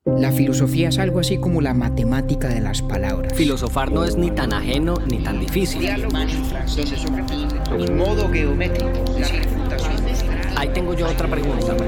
La filosofía es algo así como la matemática de las palabras. Filosofar no es ni tan ajeno ni tan difícil. En modo geométrico. Ahí tengo yo otra pregunta.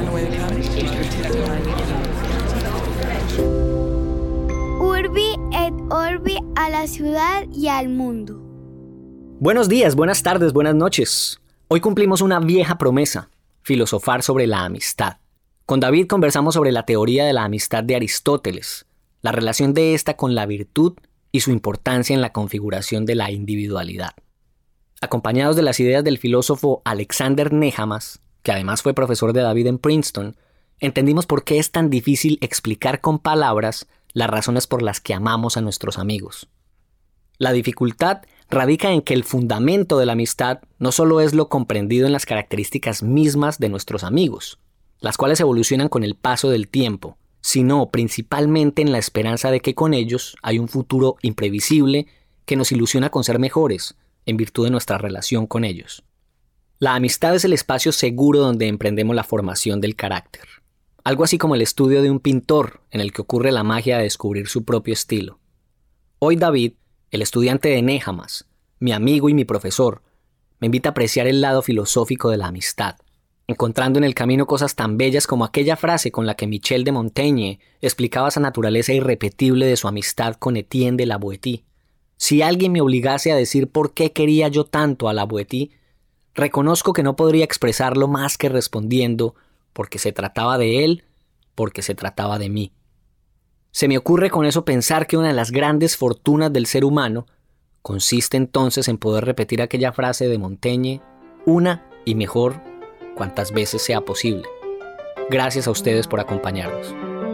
Urbi et Orbi, a la ciudad y al mundo. Buenos días, buenas tardes, buenas noches. Hoy cumplimos una vieja promesa: filosofar sobre la amistad. Con David conversamos sobre la teoría de la amistad de Aristóteles, la relación de esta con la virtud y su importancia en la configuración de la individualidad. Acompañados de las ideas del filósofo Alexander Nehamas, que además fue profesor de David en Princeton, entendimos por qué es tan difícil explicar con palabras las razones por las que amamos a nuestros amigos. La dificultad radica en que el fundamento de la amistad no solo es lo comprendido en las características mismas de nuestros amigos, las cuales evolucionan con el paso del tiempo, sino principalmente en la esperanza de que con ellos hay un futuro imprevisible que nos ilusiona con ser mejores, en virtud de nuestra relación con ellos. La amistad es el espacio seguro donde emprendemos la formación del carácter. Algo así como el estudio de un pintor, en el que ocurre la magia de descubrir su propio estilo. Hoy David, el estudiante de Nehamas, mi amigo y mi profesor, me invita a apreciar el lado filosófico de la amistad, encontrando en el camino cosas tan bellas como aquella frase con la que Michel de Montaigne explicaba esa naturaleza irrepetible de su amistad con Etienne de la Boétie. Si alguien me obligase a decir por qué quería yo tanto a la Boétie, reconozco que no podría expresarlo más que respondiendo porque se trataba de él, porque se trataba de mí. Se me ocurre con eso pensar que una de las grandes fortunas del ser humano consiste entonces en poder repetir aquella frase de Montaigne una y mejor cuantas veces sea posible. Gracias a ustedes por acompañarnos.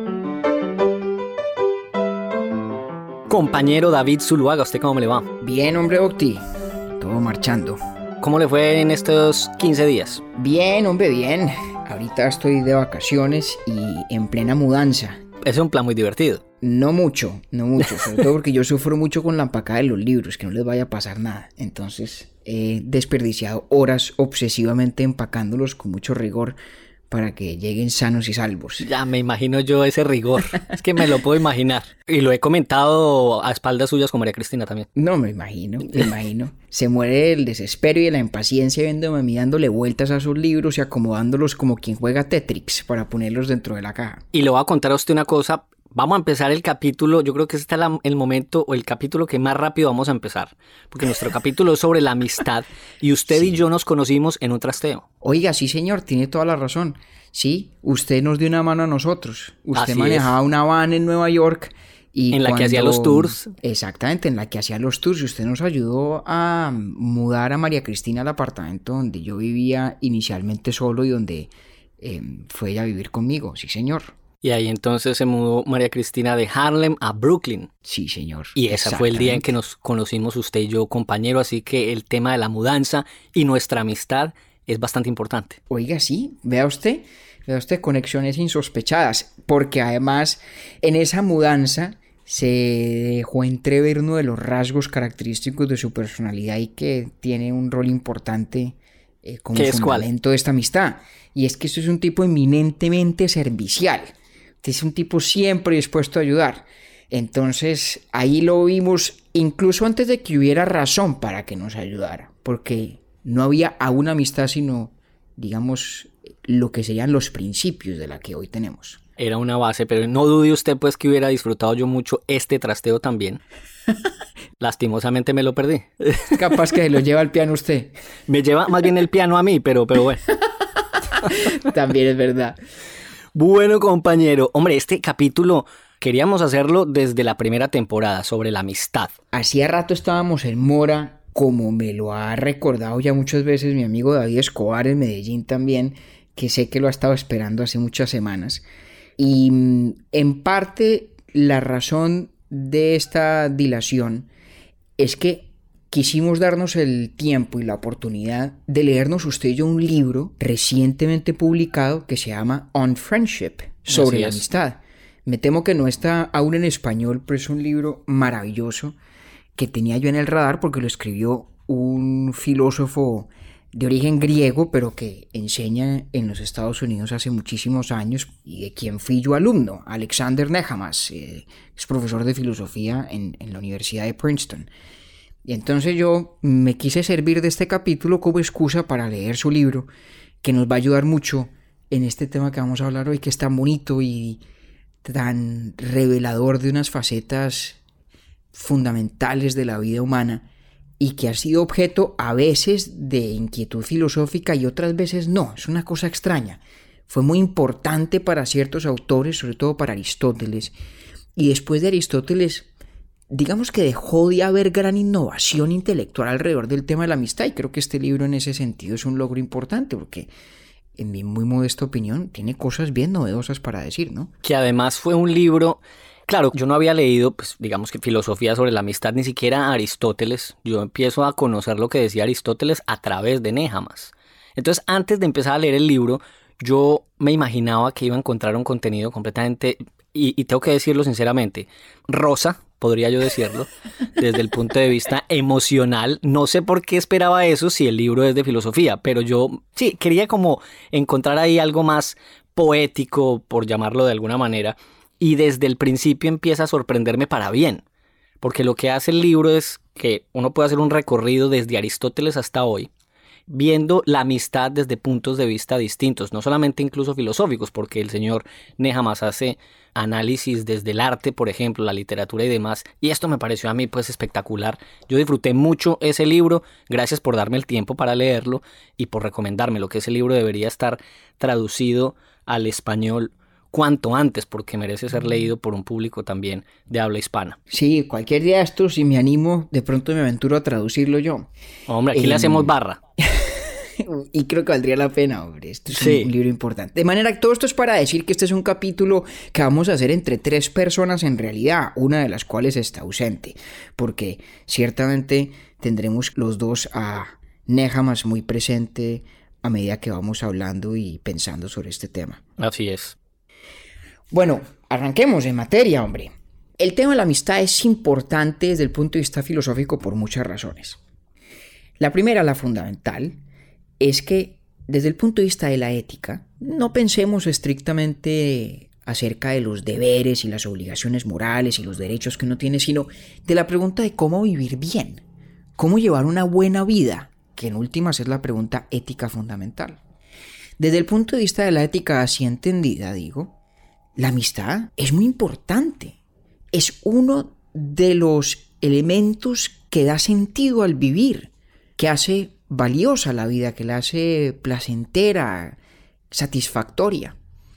Compañero David Zuluaga, ¿usted cómo le va? Bien, hombre Octi. Todo marchando. ¿Cómo le fue en estos 15 días? Bien, hombre, bien. Ahorita estoy de vacaciones y en plena mudanza. Es un plan muy divertido. No mucho, sobre todo porque yo sufro mucho con la empacada de los libros, que no les vaya a pasar nada. Entonces he desperdiciado horas obsesivamente empacándolos con mucho rigor para que lleguen sanos y salvos. Ya me imagino yo ese rigor, es que me lo puedo imaginar. Y lo he comentado a espaldas suyas con María Cristina también. No, me imagino. Se muere el desespero y la impaciencia viéndome a mí dándole vueltas a sus libros y acomodándolos como quien juega Tetris para ponerlos dentro de la caja. Y le voy a contar a usted una cosa. Vamos a empezar el capítulo, yo creo que este es el momento o el capítulo que más rápido vamos a empezar, porque nuestro capítulo es sobre la amistad y usted y yo nos conocimos en un trasteo. Oiga, sí señor, tiene toda la razón. Sí, usted nos dio una mano a nosotros. Usted Así manejaba es. una van en Nueva York. Y en la que hacía los tours. Exactamente, en la que hacía los tours. Y usted nos ayudó a mudar a María Cristina al apartamento donde yo vivía inicialmente solo y donde fue ella a vivir conmigo. Sí señor. Y ahí entonces se mudó María Cristina de Harlem a Brooklyn. Sí, señor. Y ese fue el día en que nos conocimos usted y yo, compañero. Así que el tema de la mudanza y nuestra amistad es bastante importante. Oiga, sí, vea usted, conexiones insospechadas. Porque además en esa mudanza se dejó entrever uno de los rasgos característicos de su personalidad y que tiene un rol importante como fundamento de esta amistad. Y es que esto es un tipo eminentemente servicial. Es un tipo siempre dispuesto a ayudar. Entonces ahí lo vimos incluso antes de que hubiera razón para que nos ayudara, porque no había aún una amistad sino, digamos, lo que serían los principios de la que hoy tenemos. Era una base, pero no dude usted pues que hubiera disfrutado yo mucho este trasteo también. Lastimosamente me lo perdí. Capaz que se lo lleva el piano usted. Me lleva más bien el piano a mí, pero bueno. También es verdad. Bueno, compañero, hombre, este capítulo queríamos hacerlo desde la primera temporada, sobre la amistad. Hacía rato estábamos en mora, como me lo ha recordado ya muchas veces mi amigo David Escobar en Medellín también, que sé que lo ha estado esperando hace muchas semanas. Y en parte la razón de esta dilación es que quisimos darnos el tiempo y la oportunidad de leernos usted y yo un libro recientemente publicado que se llama On Friendship, sobre la amistad. Me temo que no está aún en español, pero es un libro maravilloso que tenía yo en el radar porque lo escribió un filósofo de origen griego, pero que enseña en los Estados Unidos hace muchísimos años y de quien fui yo alumno, Alexander Nehamas, es profesor de filosofía en la Universidad de Princeton. Y entonces yo me quise servir de este capítulo como excusa para leer su libro, que nos va a ayudar mucho en este tema que vamos a hablar hoy, que es tan bonito y tan revelador de unas facetas fundamentales de la vida humana y que ha sido objeto a veces de inquietud filosófica y otras veces no. Es una cosa extraña. Fue muy importante para ciertos autores, sobre todo para Aristóteles, y después de Aristóteles, digamos que dejó de haber gran innovación intelectual alrededor del tema de la amistad, y creo que este libro en ese sentido es un logro importante porque, en mi muy modesta opinión, tiene cosas bien novedosas para decir, ¿no? Que además fue un libro... Claro, yo no había leído, pues digamos que filosofía sobre la amistad, ni siquiera Aristóteles. Yo empiezo a conocer lo que decía Aristóteles a través de Nehamas. Entonces, antes de empezar a leer el libro, yo me imaginaba que iba a encontrar un contenido completamente, y tengo que decirlo sinceramente, rosa, podría yo decirlo, desde el punto de vista emocional. No sé por qué esperaba eso si el libro es de filosofía, pero yo sí quería como encontrar ahí algo más poético, por llamarlo de alguna manera. Y desde el principio empieza a sorprenderme para bien, porque lo que hace el libro es que uno puede hacer un recorrido desde Aristóteles hasta hoy, viendo la amistad desde puntos de vista distintos, no solamente incluso filosóficos, porque el señor Nehamas hace análisis desde el arte, por ejemplo, la literatura y demás, y esto me pareció a mí pues espectacular. Yo disfruté mucho ese libro, gracias por darme el tiempo para leerlo y por recomendármelo, que ese libro debería estar traducido al español cuanto antes, porque merece ser leído por un público también de habla hispana. Sí, cualquier día de estos, si me animo, de pronto me aventuro a traducirlo yo. Hombre, aquí le hacemos barra. Y creo que valdría la pena, hombre. Esto es un libro importante. De manera que todo esto es para decir que este es un capítulo que vamos a hacer entre 3 personas en realidad, una de las cuales está ausente, porque ciertamente tendremos los dos a Nehamas muy presente a medida que vamos hablando y pensando sobre este tema. Así es. Bueno, arranquemos en materia, hombre. El tema de la amistad es importante desde el punto de vista filosófico por muchas razones. La primera, la fundamental, es que desde el punto de vista de la ética, no pensemos estrictamente acerca de los deberes y las obligaciones morales y los derechos que uno tiene, sino de la pregunta de cómo vivir bien, cómo llevar una buena vida, que en últimas es la pregunta ética fundamental. Desde el punto de vista de la ética así entendida, digo, la amistad es muy importante. Es uno de los elementos que da sentido al vivir, que hace valiosa la vida, que la hace placentera, satisfactoria.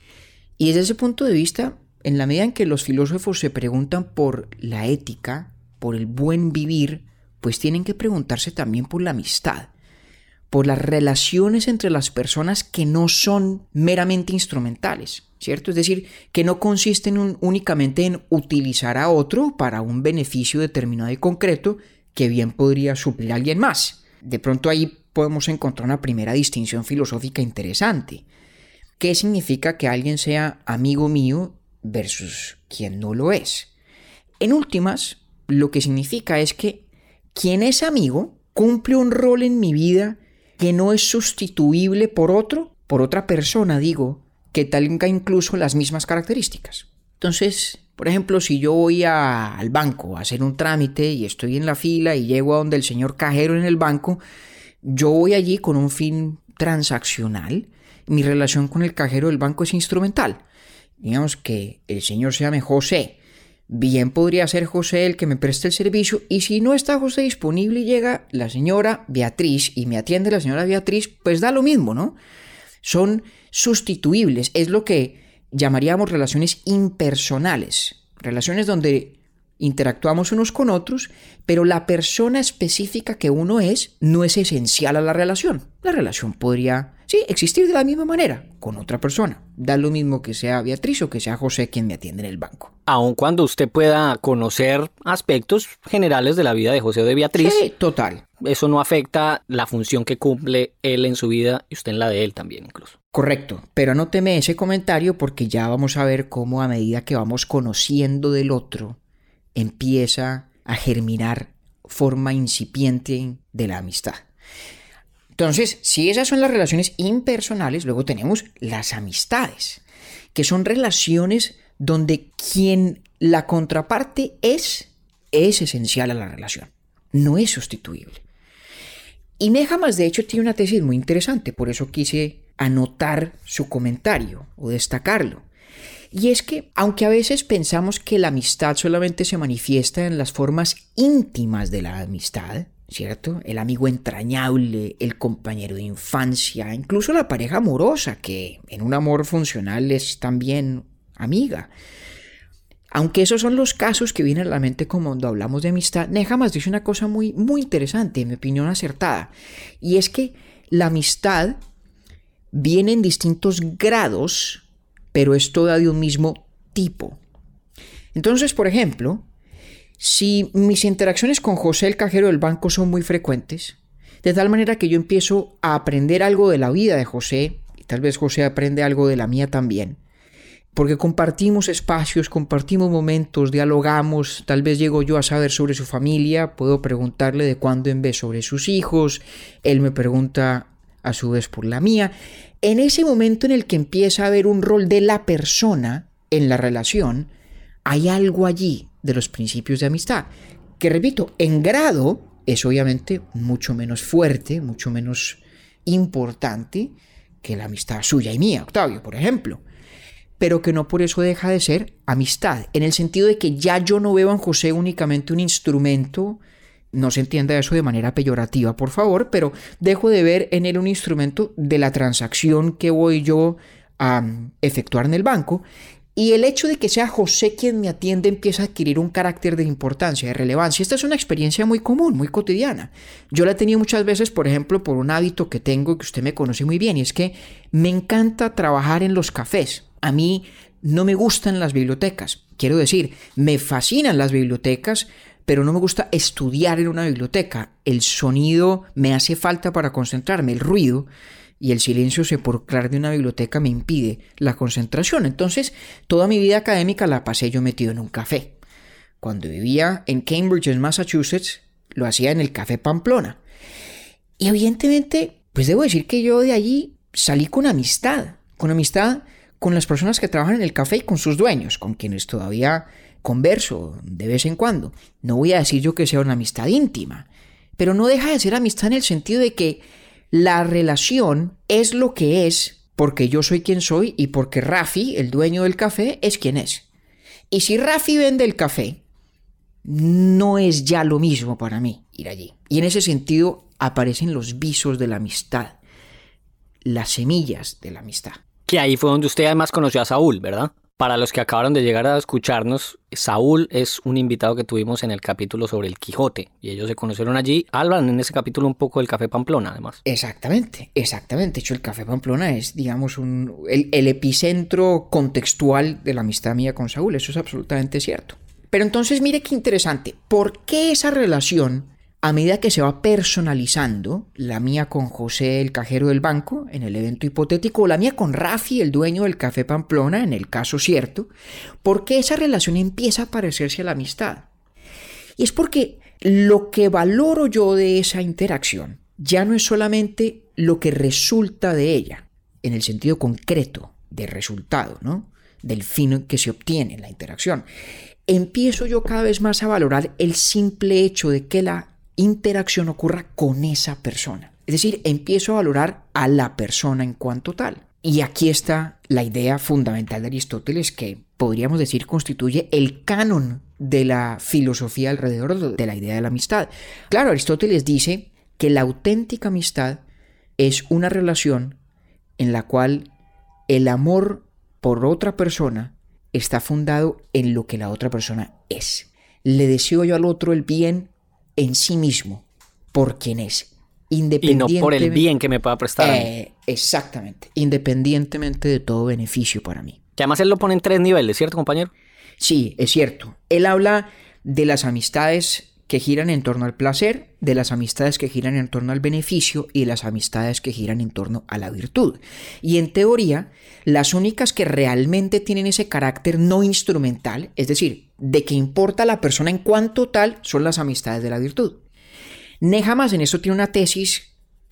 Y desde ese punto de vista, en la medida en que los filósofos se preguntan por la ética, por el buen vivir, pues tienen que preguntarse también por la amistad, por las relaciones entre las personas que no son meramente instrumentales, ¿cierto? Es decir, que no consisten únicamente en utilizar a otro para un beneficio determinado y concreto que bien podría suplir a alguien más. De pronto ahí podemos encontrar una primera distinción filosófica interesante. ¿Qué significa que alguien sea amigo mío versus quien no lo es? En últimas, lo que significa es que quien es amigo cumple un rol en mi vida que no es sustituible por otra persona, digo, que tenga incluso las mismas características. Entonces, por ejemplo, si yo voy al banco a hacer un trámite y estoy en la fila y llego a donde el señor cajero en el banco, yo voy allí con un fin transaccional. Mi relación con el cajero del banco es instrumental. Digamos que el señor se llame José. Bien podría ser José el que me preste el servicio, y si no está José disponible y llega la señora Beatriz y me atiende la señora Beatriz, pues da lo mismo, ¿no? Son sustituibles, es lo que llamaríamos relaciones impersonales, relaciones donde interactuamos unos con otros, pero la persona específica que uno es no es esencial a la relación. La relación podría, sí, existir de la misma manera con otra persona. Da lo mismo que sea Beatriz o que sea José quien me atiende en el banco. Aun cuando usted pueda conocer aspectos generales de la vida de José o de Beatriz. Sí, total. Eso no afecta la función que cumple él en su vida y usted en la de él también incluso. Correcto, pero anóteme ese comentario porque ya vamos a ver cómo a medida que vamos conociendo del otro, empieza a germinar forma incipiente de la amistad. Entonces, si esas son las relaciones impersonales, luego tenemos las amistades, que son relaciones donde quien la contraparte es esencial a la relación, no es sustituible. Y Nehamas, de hecho, tiene una tesis muy interesante, por eso quise anotar su comentario o destacarlo. Y es que, aunque a veces pensamos que la amistad solamente se manifiesta en las formas íntimas de la amistad, ¿cierto? El amigo entrañable, el compañero de infancia, incluso la pareja amorosa, que en un amor funcional es también amiga. Aunque esos son los casos que vienen a la mente cuando hablamos de amistad, Nehamas dice una cosa muy, muy interesante, en mi opinión acertada, y es que la amistad viene en distintos grados, pero es toda de un mismo tipo. Entonces, por ejemplo, si mis interacciones con José, el cajero del banco, son muy frecuentes, de tal manera que yo empiezo a aprender algo de la vida de José, y tal vez José aprende algo de la mía también, porque compartimos espacios, compartimos momentos, dialogamos, tal vez llego yo a saber sobre su familia, puedo preguntarle de cuándo en vez sobre sus hijos, él me pregunta a su vez por la mía. En ese momento en el que empieza a haber un rol de la persona en la relación, hay algo allí de los principios de amistad, que repito, en grado es obviamente mucho menos fuerte, mucho menos importante que la amistad suya y mía, Octavio, por ejemplo, pero que no por eso deja de ser amistad, en el sentido de que ya yo no veo en José únicamente un instrumento, no se entienda eso de manera peyorativa, por favor, pero dejo de ver en él un instrumento de la transacción que voy yo a efectuar en el banco, y el hecho de que sea José quien me atiende empieza a adquirir un carácter de importancia, de relevancia. Esta es una experiencia muy común, muy cotidiana. Yo la he tenido muchas veces, por ejemplo, por un hábito que tengo que usted me conoce muy bien, y es que me encanta trabajar en los cafés. A mí no me gustan las bibliotecas. Quiero decir, me fascinan las bibliotecas, pero no me gusta estudiar en una biblioteca. El sonido me hace falta para concentrarme, el ruido y el silencio sepulcral de una biblioteca me impide la concentración. Entonces, toda mi vida académica la pasé yo metido en un café. Cuando vivía en Cambridge, en Massachusetts, lo hacía en el Café Pamplona. Y evidentemente, pues debo decir que yo de allí salí con amistad con las personas que trabajan en el café y con sus dueños, con quienes todavía converso de vez en cuando. No voy a decir yo que sea una amistad íntima, pero no deja de ser amistad en el sentido de que la relación es lo que es porque yo soy quien soy y porque Rafi, el dueño del café, es quien es. Y si Rafi vende el café, no es ya lo mismo para mí ir allí. Y en ese sentido aparecen los visos de la amistad, las semillas de la amistad. Que ahí fue donde usted además conoció a Saúl, ¿verdad? Para los que acabaron de llegar a escucharnos, Saúl es un invitado que tuvimos en el capítulo sobre el Quijote y ellos se conocieron allí. Hablan en ese capítulo un poco del Café Pamplona, además. Exactamente. De hecho, el Café Pamplona es, digamos, el epicentro contextual de la amistad mía con Saúl. Eso es absolutamente cierto. Pero entonces, mire qué interesante. ¿Por qué esa relación, a medida que se va personalizando, la mía con José, el cajero del banco, en el evento hipotético, o la mía con Rafi, el dueño del Café Pamplona, en el caso cierto, por qué esa relación empieza a parecerse a la amistad? Y es porque lo que valoro yo de esa interacción ya no es solamente lo que resulta de ella, en el sentido concreto de resultado, ¿no? Del fin que se obtiene en la interacción. Empiezo yo cada vez más a valorar el simple hecho de que la interacción ocurra con esa persona. Es decir, empiezo a valorar a la persona en cuanto tal. Y aquí está la idea fundamental de Aristóteles, que podríamos decir constituye el canon de la filosofía alrededor de la idea de la amistad. Claro, Aristóteles dice que la auténtica amistad es una relación en la cual el amor por otra persona está fundado en lo que la otra persona es. Le deseo yo al otro el bien en sí mismo, por quien es, independientemente... Y no por el bien que me pueda prestar a mí. Exactamente, independientemente de todo beneficio para mí. Que además él lo pone en 3 niveles, ¿cierto, compañero? Sí, es cierto. Él habla de las amistades que giran en torno al placer, de las amistades que giran en torno al beneficio y de las amistades que giran en torno a la virtud. Y en teoría, las únicas que realmente tienen ese carácter no instrumental, es decir, de que importa la persona en cuanto tal, son las amistades de la virtud. Nehamas en esto tiene una tesis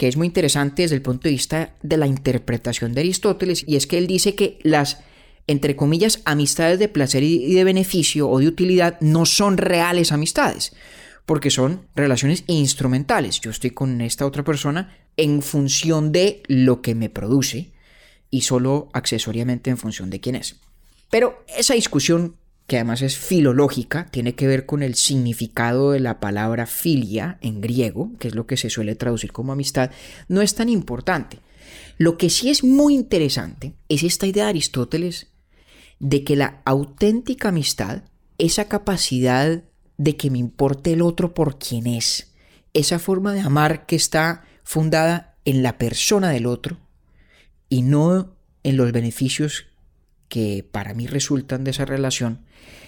que es muy interesante desde el punto de vista de la interpretación de Aristóteles, y es que él dice que las, entre comillas, amistades de placer y de beneficio o de utilidad no son reales amistades, porque son relaciones instrumentales. Yo estoy con esta otra persona en función de lo que me produce y solo accesoriamente en función de quién es. Pero esa discusión, que además es filológica, tiene que ver con el significado de la palabra filia en griego, que es lo que se suele traducir como amistad, no es tan importante. Lo que sí es muy interesante es esta idea de Aristóteles de que la auténtica amistad, esa capacidad de que me importe el otro por quien es, esa forma de amar que está fundada en la persona del otro y no en los beneficios que para mí resultan de esa relación,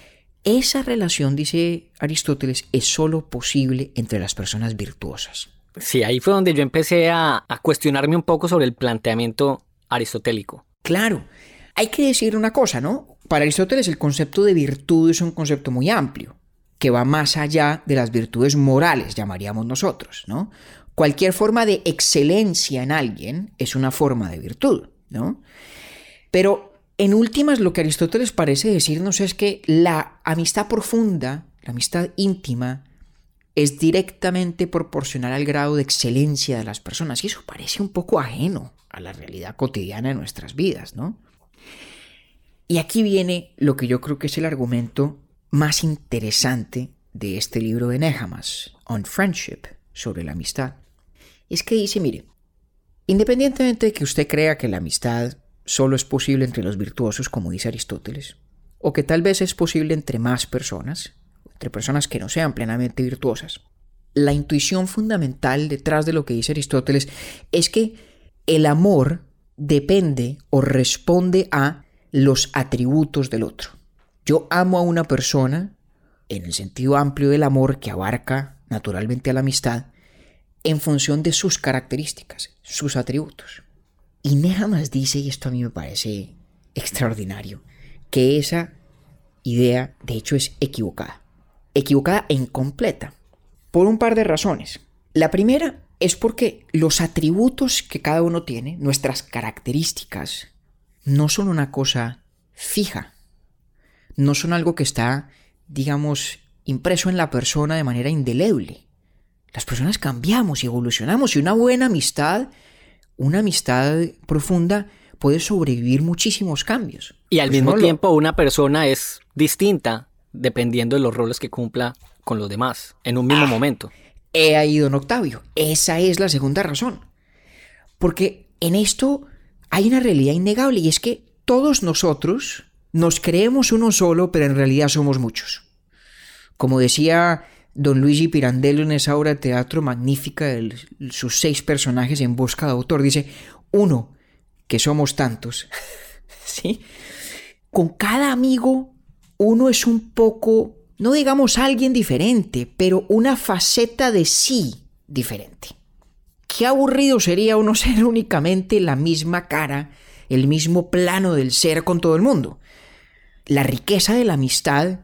dice Aristóteles, es solo posible entre las personas virtuosas. Sí, ahí fue donde yo empecé a cuestionarme un poco sobre el planteamiento aristotélico. Claro, hay que decir una cosa, ¿no? Para Aristóteles el concepto de virtud es un concepto muy amplio, que va más allá de las virtudes morales, llamaríamos nosotros, ¿no? Cualquier forma de excelencia en alguien es una forma de virtud, ¿no? Pero en últimas, lo que Aristóteles parece decirnos es que la amistad profunda, la amistad íntima, es directamente proporcional al grado de excelencia de las personas. Y eso parece un poco ajeno a la realidad cotidiana de nuestras vidas, ¿no? Y aquí viene lo que yo creo que es el argumento más interesante de este libro de Nehamas, On Friendship, sobre la amistad. Es que dice, mire, independientemente de que usted crea que la amistad solo es posible entre los virtuosos, como dice Aristóteles, o que tal vez es posible entre más personas, entre personas que no sean plenamente virtuosas, la intuición fundamental detrás de lo que dice Aristóteles es que el amor depende o responde a los atributos del otro. Yo amo a una persona, en el sentido amplio del amor que abarca naturalmente a la amistad, en función de sus características, sus atributos. Y Nehamas dice, y esto a mí me parece extraordinario, que esa idea de hecho es equivocada e incompleta, por un par de razones. La primera es porque los atributos que cada uno tiene, nuestras características, no son una cosa fija, no son algo que está, digamos, impreso en la persona de manera indeleble. Las personas cambiamos y evolucionamos, y una buena amistad, una amistad profunda, puede sobrevivir muchísimos cambios. Y al mismo tiempo una persona es distinta dependiendo de los roles que cumpla con los demás en un mismo momento. He ahí, don Octavio. Esa es la segunda razón. Porque en esto hay una realidad innegable, y es que todos nosotros nos creemos uno solo, pero en realidad somos muchos. Como decía don Luigi Pirandello en esa obra de teatro magnífica de sus 6 personajes en busca de autor, dice, uno, que somos tantos, ¿sí? Con cada amigo uno es un poco, no digamos alguien diferente, pero una faceta de sí diferente. Qué aburrido sería uno ser únicamente la misma cara, el mismo plano del ser con todo el mundo. La riqueza de la amistad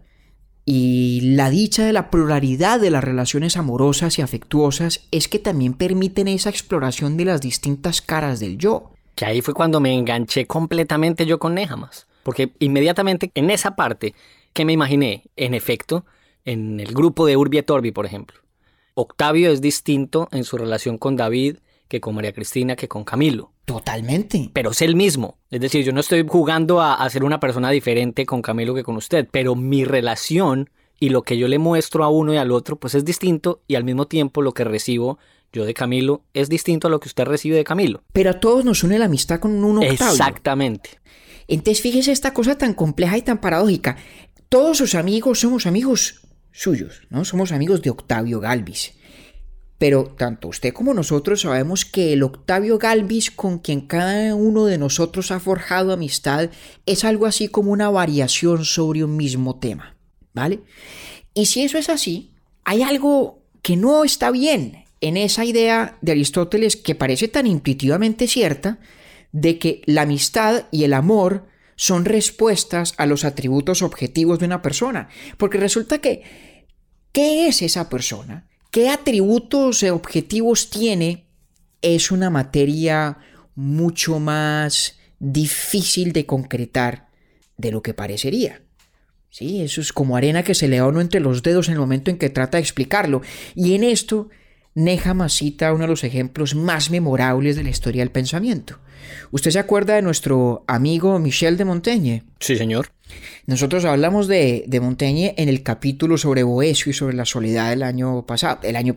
y la dicha de la pluralidad de las relaciones amorosas y afectuosas es que también permiten esa exploración de las distintas caras del yo. Que ahí fue cuando me enganché completamente yo con Nehamas. Porque inmediatamente en esa parte que me imaginé, en efecto, en el grupo de Urbi et Orbi, por ejemplo, Octavio es distinto en su relación con David que con María Cristina, que con Camilo. Totalmente. Pero es el mismo. Es decir, yo no estoy jugando a ser una persona diferente con Camilo que con usted, pero mi relación y lo que yo le muestro a uno y al otro, pues es distinto, y al mismo tiempo lo que recibo yo de Camilo es distinto a lo que usted recibe de Camilo. Pero a todos nos une la amistad con un Octavio. Exactamente. Entonces fíjese esta cosa tan compleja y tan paradójica. Todos sus amigos somos amigos suyos, ¿no? Somos amigos de Octavio Gálvez. Pero tanto usted como nosotros sabemos que el Octavio Gálvez con quien cada uno de nosotros ha forjado amistad es algo así como una variación sobre un mismo tema, ¿vale? Y si eso es así, hay algo que no está bien en esa idea de Aristóteles que parece tan intuitivamente cierta de que la amistad y el amor son respuestas a los atributos objetivos de una persona. Porque resulta que, ¿qué es esa persona? ¿Qué atributos objetivos tiene es una materia mucho más difícil de concretar de lo que parecería. Sí, eso es como arena que se le da a uno entre los dedos en el momento en que trata de explicarlo. Y en esto, Nehamas cita uno de los ejemplos más memorables de la historia del pensamiento. ¿Usted se acuerda de nuestro amigo Michel de Montaigne? Sí, señor. Nosotros hablamos de Montaigne en el capítulo sobre Boecio y sobre la soledad del año pasado.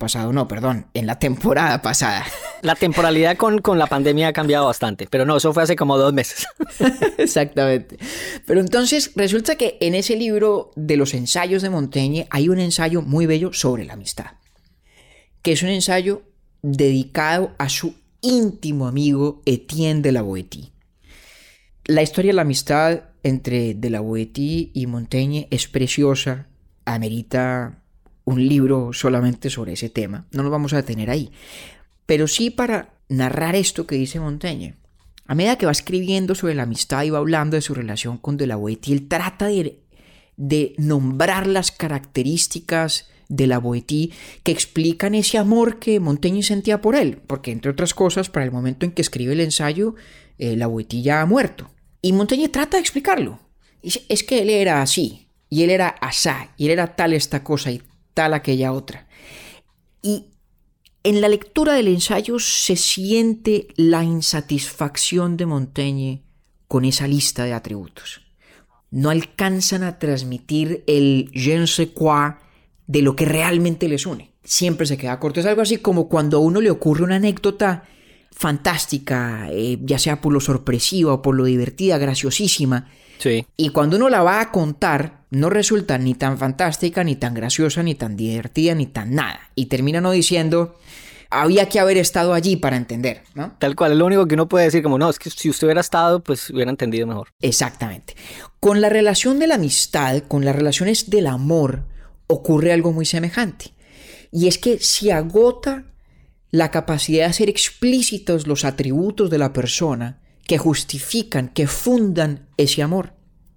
En la temporada pasada. La temporalidad con la pandemia ha cambiado bastante, pero no, eso fue hace como 2 meses. Exactamente. Pero entonces resulta que en ese libro de los ensayos de Montaigne hay un ensayo muy bello sobre la amistad, que es un ensayo dedicado a su íntimo amigo Etienne de la Boétie. La historia de la amistad entre de la Boétie y Montaigne es preciosa, amerita un libro solamente sobre ese tema. No nos vamos a detener ahí, pero sí para narrar esto que dice Montaigne. A medida que va escribiendo sobre la amistad y va hablando de su relación con de la Boétie, él trata de nombrar las características de la Boétie que explican ese amor que Montaigne sentía por él, porque entre otras cosas, para el momento en que escribe el ensayo, la Boétie ya ha muerto. Y Montaigne trata de explicarlo. Dice, es que él era así, y él era asá, y él era tal esta cosa y tal aquella otra. Y en la lectura del ensayo se siente la insatisfacción de Montaigne con esa lista de atributos. No alcanzan a transmitir el je ne sais quoi de lo que realmente les une. Siempre se queda corto. Es algo así como cuando a uno le ocurre una anécdota fantástica, ya sea por lo sorpresiva o por lo divertida, graciosísima. Sí. Y cuando uno la va a contar, no resulta ni tan fantástica, ni tan graciosa, ni tan divertida, ni tan nada. Y termina uno diciendo, había que haber estado allí para entender, ¿no? Tal cual, es lo único que uno puede decir, como no, es que si usted hubiera estado, pues hubiera entendido mejor. Exactamente. Con la relación de la amistad, con las relaciones del amor, ocurre algo muy semejante. Y es que se agota la capacidad de hacer explícitos los atributos de la persona que justifican, que fundan ese amor.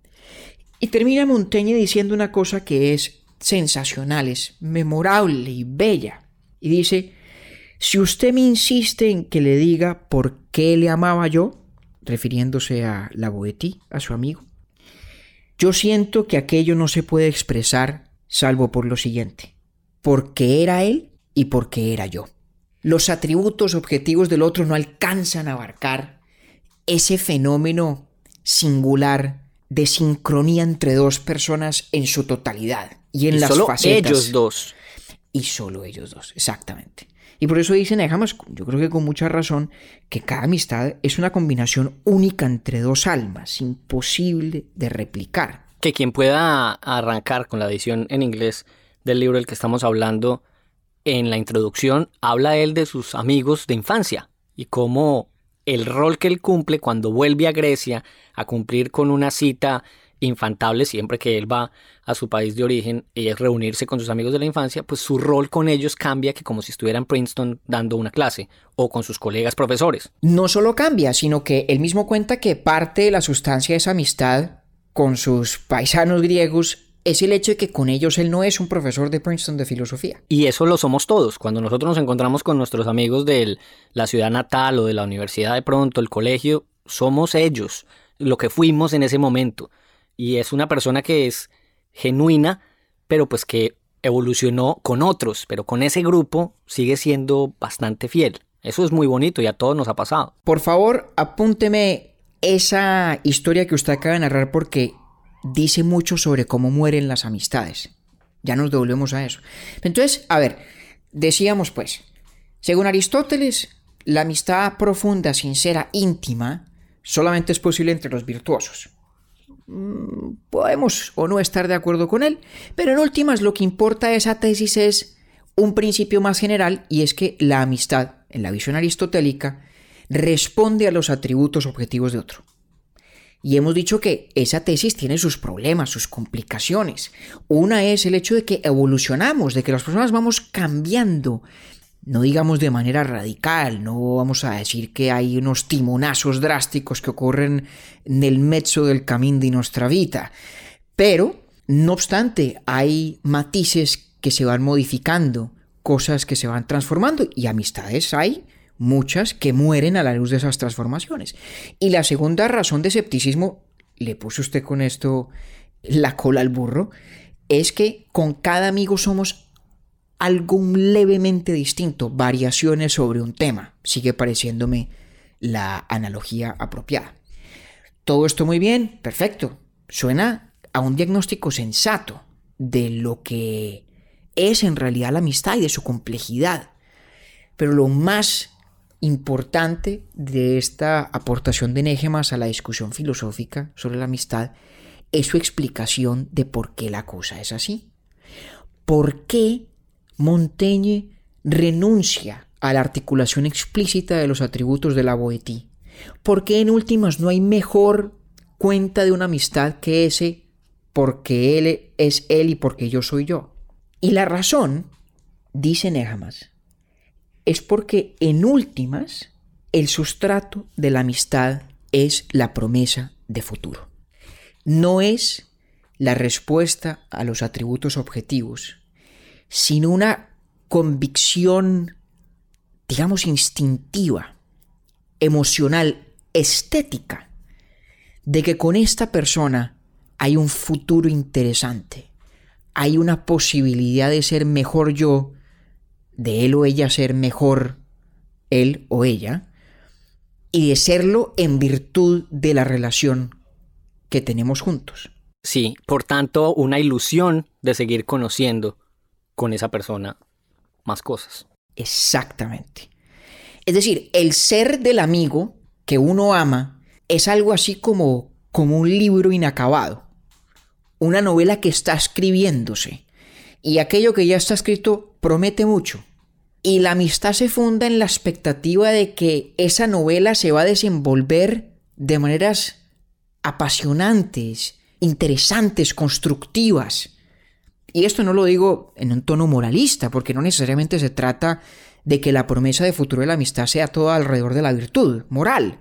Y termina Montaigne diciendo una cosa que es sensacional, es memorable y bella. Y dice, si usted me insiste en que le diga por qué le amaba yo, refiriéndose a la Boétie, a su amigo, yo siento que aquello no se puede expresar salvo por lo siguiente, porque era él y porque era yo. Los atributos objetivos del otro no alcanzan a abarcar ese fenómeno singular de sincronía entre dos personas en su totalidad y en las solo facetas. Ellos dos. Y solo ellos dos, exactamente. Y por eso dicen, yo creo que con mucha razón, que cada amistad es una combinación única entre dos almas, imposible de replicar. Que quien pueda arrancar con la edición en inglés del libro del que estamos hablando, en la introducción habla él de sus amigos de infancia y cómo el rol que él cumple cuando vuelve a Grecia a cumplir con una cita infantable siempre que él va a su país de origen y es reunirse con sus amigos de la infancia, pues su rol con ellos cambia que como si estuviera en Princeton dando una clase o con sus colegas profesores. No solo cambia, sino que él mismo cuenta que parte de la sustancia de esa amistad con sus paisanos griegos es el hecho de que con ellos él no es un profesor de Princeton de filosofía. Y eso lo somos todos. Cuando nosotros nos encontramos con nuestros amigos de la ciudad natal o de la universidad de pronto, el colegio, somos ellos, lo que fuimos en ese momento. Y es una persona que es genuina, pero pues que evolucionó con otros, pero con ese grupo sigue siendo bastante fiel. Eso es muy bonito y a todos nos ha pasado. Por favor, apúnteme esa historia que usted acaba de narrar porque dice mucho sobre cómo mueren las amistades. Ya nos devolvemos a eso. Entonces, a ver, decíamos pues, según Aristóteles, la amistad profunda, sincera, íntima, solamente es posible entre los virtuosos. Podemos o no estar de acuerdo con él, pero en últimas lo que importa de esa tesis es un principio más general, y es que la amistad, en la visión aristotélica, responde a los atributos objetivos de otro. Y hemos dicho que esa tesis tiene sus problemas, sus complicaciones. Una es el hecho de que evolucionamos, de que las personas vamos cambiando, no digamos de manera radical, no vamos a decir que hay unos timonazos drásticos que ocurren en el mezzo del camino de nuestra vida, pero no obstante hay matices que se van modificando, cosas que se van transformando, y amistades hay muchas que mueren a la luz de esas transformaciones. Y la segunda razón de escepticismo, le puso usted con esto la cola al burro, es que con cada amigo somos algo levemente distinto, variaciones sobre un tema. Sigue pareciéndome la analogía apropiada. Todo esto muy bien, perfecto. Suena a un diagnóstico sensato de lo que es en realidad la amistad y de su complejidad. Pero lo más importante de esta aportación de Nehemas a la discusión filosófica sobre la amistad es su explicación de por qué la cosa es así. ¿Por qué Montaigne renuncia a la articulación explícita de los atributos de la boétie? ¿Por qué en últimas no hay mejor cuenta de una amistad que ese porque él es él y porque yo soy yo? Y la razón, dice Nehemas, es porque en últimas el sustrato de la amistad es la promesa de futuro. No es la respuesta a los atributos objetivos, sino una convicción, digamos, instintiva, emocional, estética, de que con esta persona hay un futuro interesante, hay una posibilidad de ser mejor yo, de él o ella ser mejor él o ella, y de serlo en virtud de la relación que tenemos juntos. Sí, por tanto, una ilusión de seguir conociendo con esa persona más cosas. Exactamente. Es decir, el ser del amigo que uno ama es algo así como un libro inacabado, una novela que está escribiéndose, y aquello que ya está escrito promete mucho. Y la amistad se funda en la expectativa de que esa novela se va a desenvolver de maneras apasionantes, interesantes, constructivas. Y esto no lo digo en un tono moralista, porque no necesariamente se trata de que la promesa de futuro de la amistad sea toda alrededor de la virtud moral.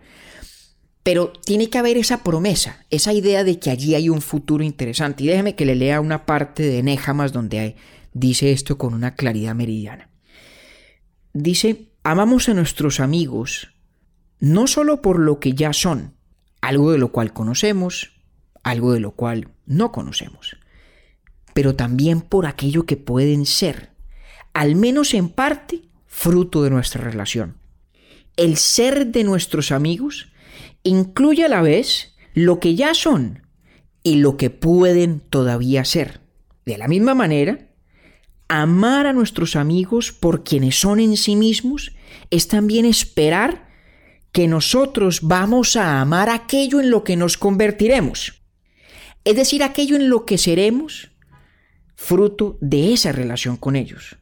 Pero tiene que haber esa promesa, esa idea de que allí hay un futuro interesante. Y déjeme que le lea una parte de Nehemas donde dice esto con una claridad meridiana. Dice: amamos a nuestros amigos no solo por lo que ya son, algo de lo cual conocemos, algo de lo cual no conocemos, pero también por aquello que pueden ser, al menos en parte, fruto de nuestra relación. El ser de nuestros amigos incluye a la vez lo que ya son y lo que pueden todavía ser. De la misma manera, amar a nuestros amigos por quienes son en sí mismos es también esperar que nosotros vamos a amar aquello en lo que nos convertiremos. Es decir, aquello en lo que seremos fruto de esa relación con ellos.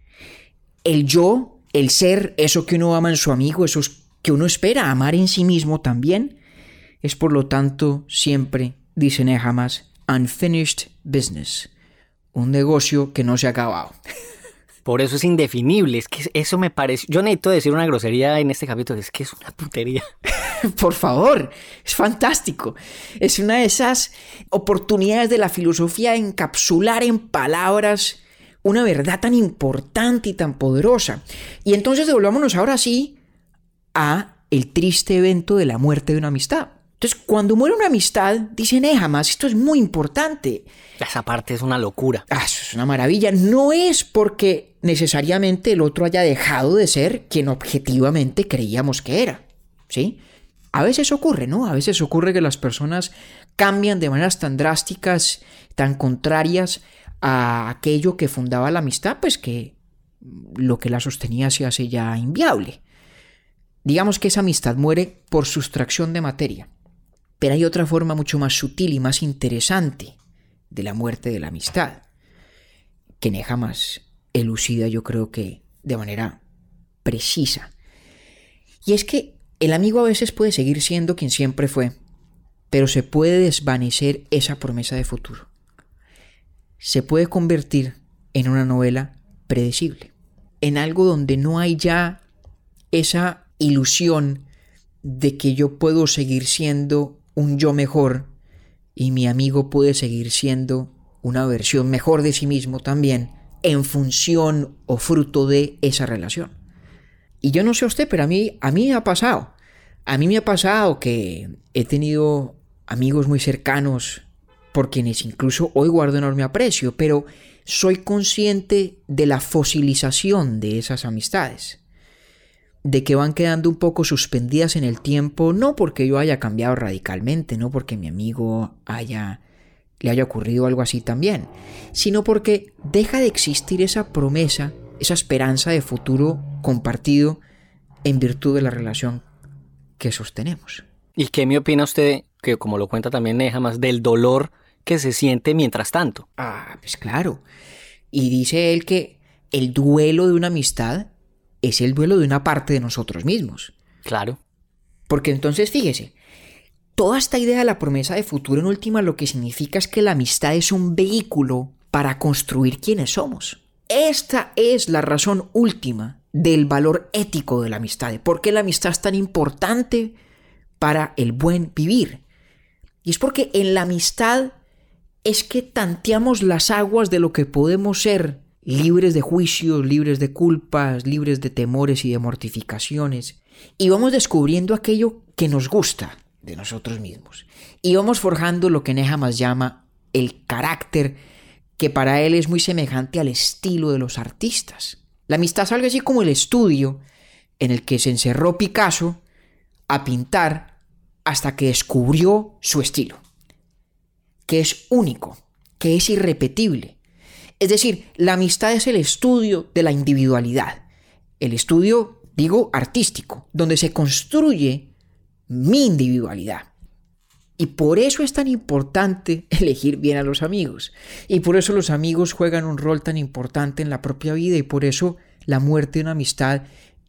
El yo, el ser, eso que uno ama en su amigo, eso que uno espera amar en sí mismo también, es por lo tanto siempre, dice Nehemas, unfinished business, un negocio que no se ha acabado. Por eso es indefinible, es que eso me parece... Yo necesito decir una grosería en este capítulo, es que es una putería. Por favor, es fantástico. Es una de esas oportunidades de la filosofía de encapsular en palabras una verdad tan importante y tan poderosa. Y entonces devolvámonos ahora sí a el triste evento de la muerte de una amistad. Entonces, cuando muere una amistad, dice Nehemas, esto es muy importante. Esa parte es una locura. Eso es una maravilla. No es porque necesariamente el otro haya dejado de ser quien objetivamente creíamos que era, ¿sí? A veces ocurre, ¿no? A veces ocurre que las personas cambian de maneras tan drásticas, tan contrarias a aquello que fundaba la amistad, pues que lo que la sostenía se hace ya inviable. Digamos que esa amistad muere por sustracción de materia. Pero hay otra forma mucho más sutil y más interesante de la muerte de la amistad, que Nehemas elucida, yo creo que de manera precisa. Y es que el amigo a veces puede seguir siendo quien siempre fue, pero se puede desvanecer esa promesa de futuro. Se puede convertir en una novela predecible, en algo donde no hay ya esa ilusión de que yo puedo seguir siendo un yo mejor y mi amigo puede seguir siendo una versión mejor de sí mismo también en función o fruto de esa relación. Y yo no sé a usted, pero a mí me ha pasado. A mí me ha pasado que he tenido amigos muy cercanos por quienes incluso hoy guardo enorme aprecio, pero soy consciente de la fosilización de esas amistades, de que van quedando un poco suspendidas en el tiempo, no porque yo haya cambiado radicalmente, no porque mi amigo le haya ocurrido algo así también, sino porque deja de existir esa promesa, esa esperanza de futuro compartido en virtud de la relación que sostenemos. ¿Y qué me opina usted, que como lo cuenta también Nehamas, del dolor que se siente mientras tanto? Pues claro. Y dice él que el duelo de una amistad es el duelo de una parte de nosotros mismos. Claro. Porque entonces, fíjese, toda esta idea de la promesa de futuro en última lo que significa es que la amistad es un vehículo para construir quienes somos. Esta es la razón última del valor ético de la amistad, de por qué la amistad es tan importante para el buen vivir. Y es porque en la amistad es que tanteamos las aguas de lo que podemos ser, libres de juicios, libres de culpas, libres de temores y de mortificaciones, y vamos descubriendo aquello que nos gusta de nosotros mismos. Y vamos forjando lo que Nehamas llama el carácter, que para él es muy semejante al estilo de los artistas. La amistad es algo así como el estudio en el que se encerró Picasso a pintar hasta que descubrió su estilo, que es único, que es irrepetible. Es decir, la amistad es el estudio de la individualidad, el estudio, digo, artístico, donde se construye mi individualidad. Y por eso es tan importante elegir bien a los amigos. Y por eso los amigos juegan un rol tan importante en la propia vida. Y por eso la muerte de una amistad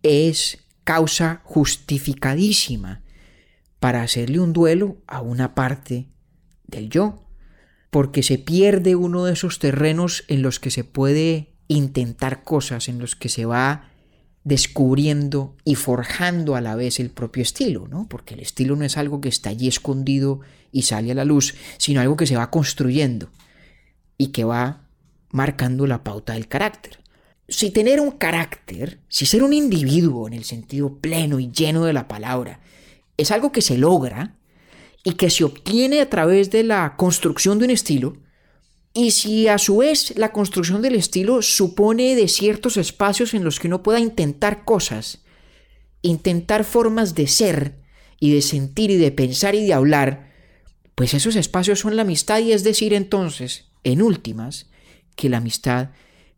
es causa justificadísima para hacerle un duelo a una parte del yo. Porque se pierde uno de esos terrenos en los que se puede intentar cosas, en los que se va descubriendo y forjando a la vez el propio estilo, ¿no? Porque el estilo no es algo que está allí escondido y sale a la luz, sino algo que se va construyendo y que va marcando la pauta del carácter. Si tener un carácter, si ser un individuo en el sentido pleno y lleno de la palabra, es algo que se logra y que se obtiene a través de la construcción de un estilo, y si a su vez la construcción del estilo supone de ciertos espacios en los que uno pueda intentar cosas, intentar formas de ser y de sentir y de pensar y de hablar, pues esos espacios son la amistad. Y es decir entonces, en últimas, que la amistad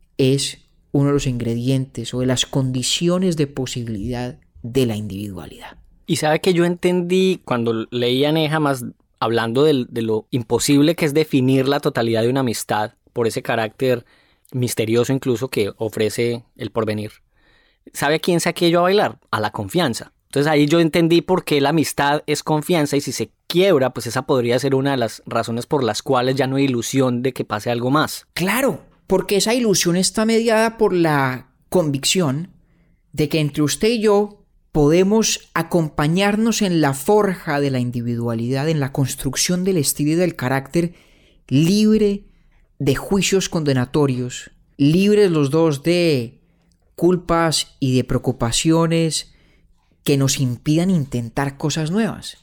es uno de los ingredientes o de las condiciones de posibilidad de la individualidad. Y sabe que yo entendí cuando leía Nehamas hablando de lo imposible que es definir la totalidad de una amistad por ese carácter misterioso incluso que ofrece el porvenir. ¿Sabe a quién saqué yo a bailar? A la confianza. Entonces ahí yo entendí por qué la amistad es confianza, y si se quiebra, pues esa podría ser una de las razones por las cuales ya no hay ilusión de que pase algo más. Claro, porque esa ilusión está mediada por la convicción de que entre usted y yo podemos acompañarnos en la forja de la individualidad, en la construcción del estilo y del carácter, libre de juicios condenatorios, libres los dos de culpas y de preocupaciones que nos impidan intentar cosas nuevas.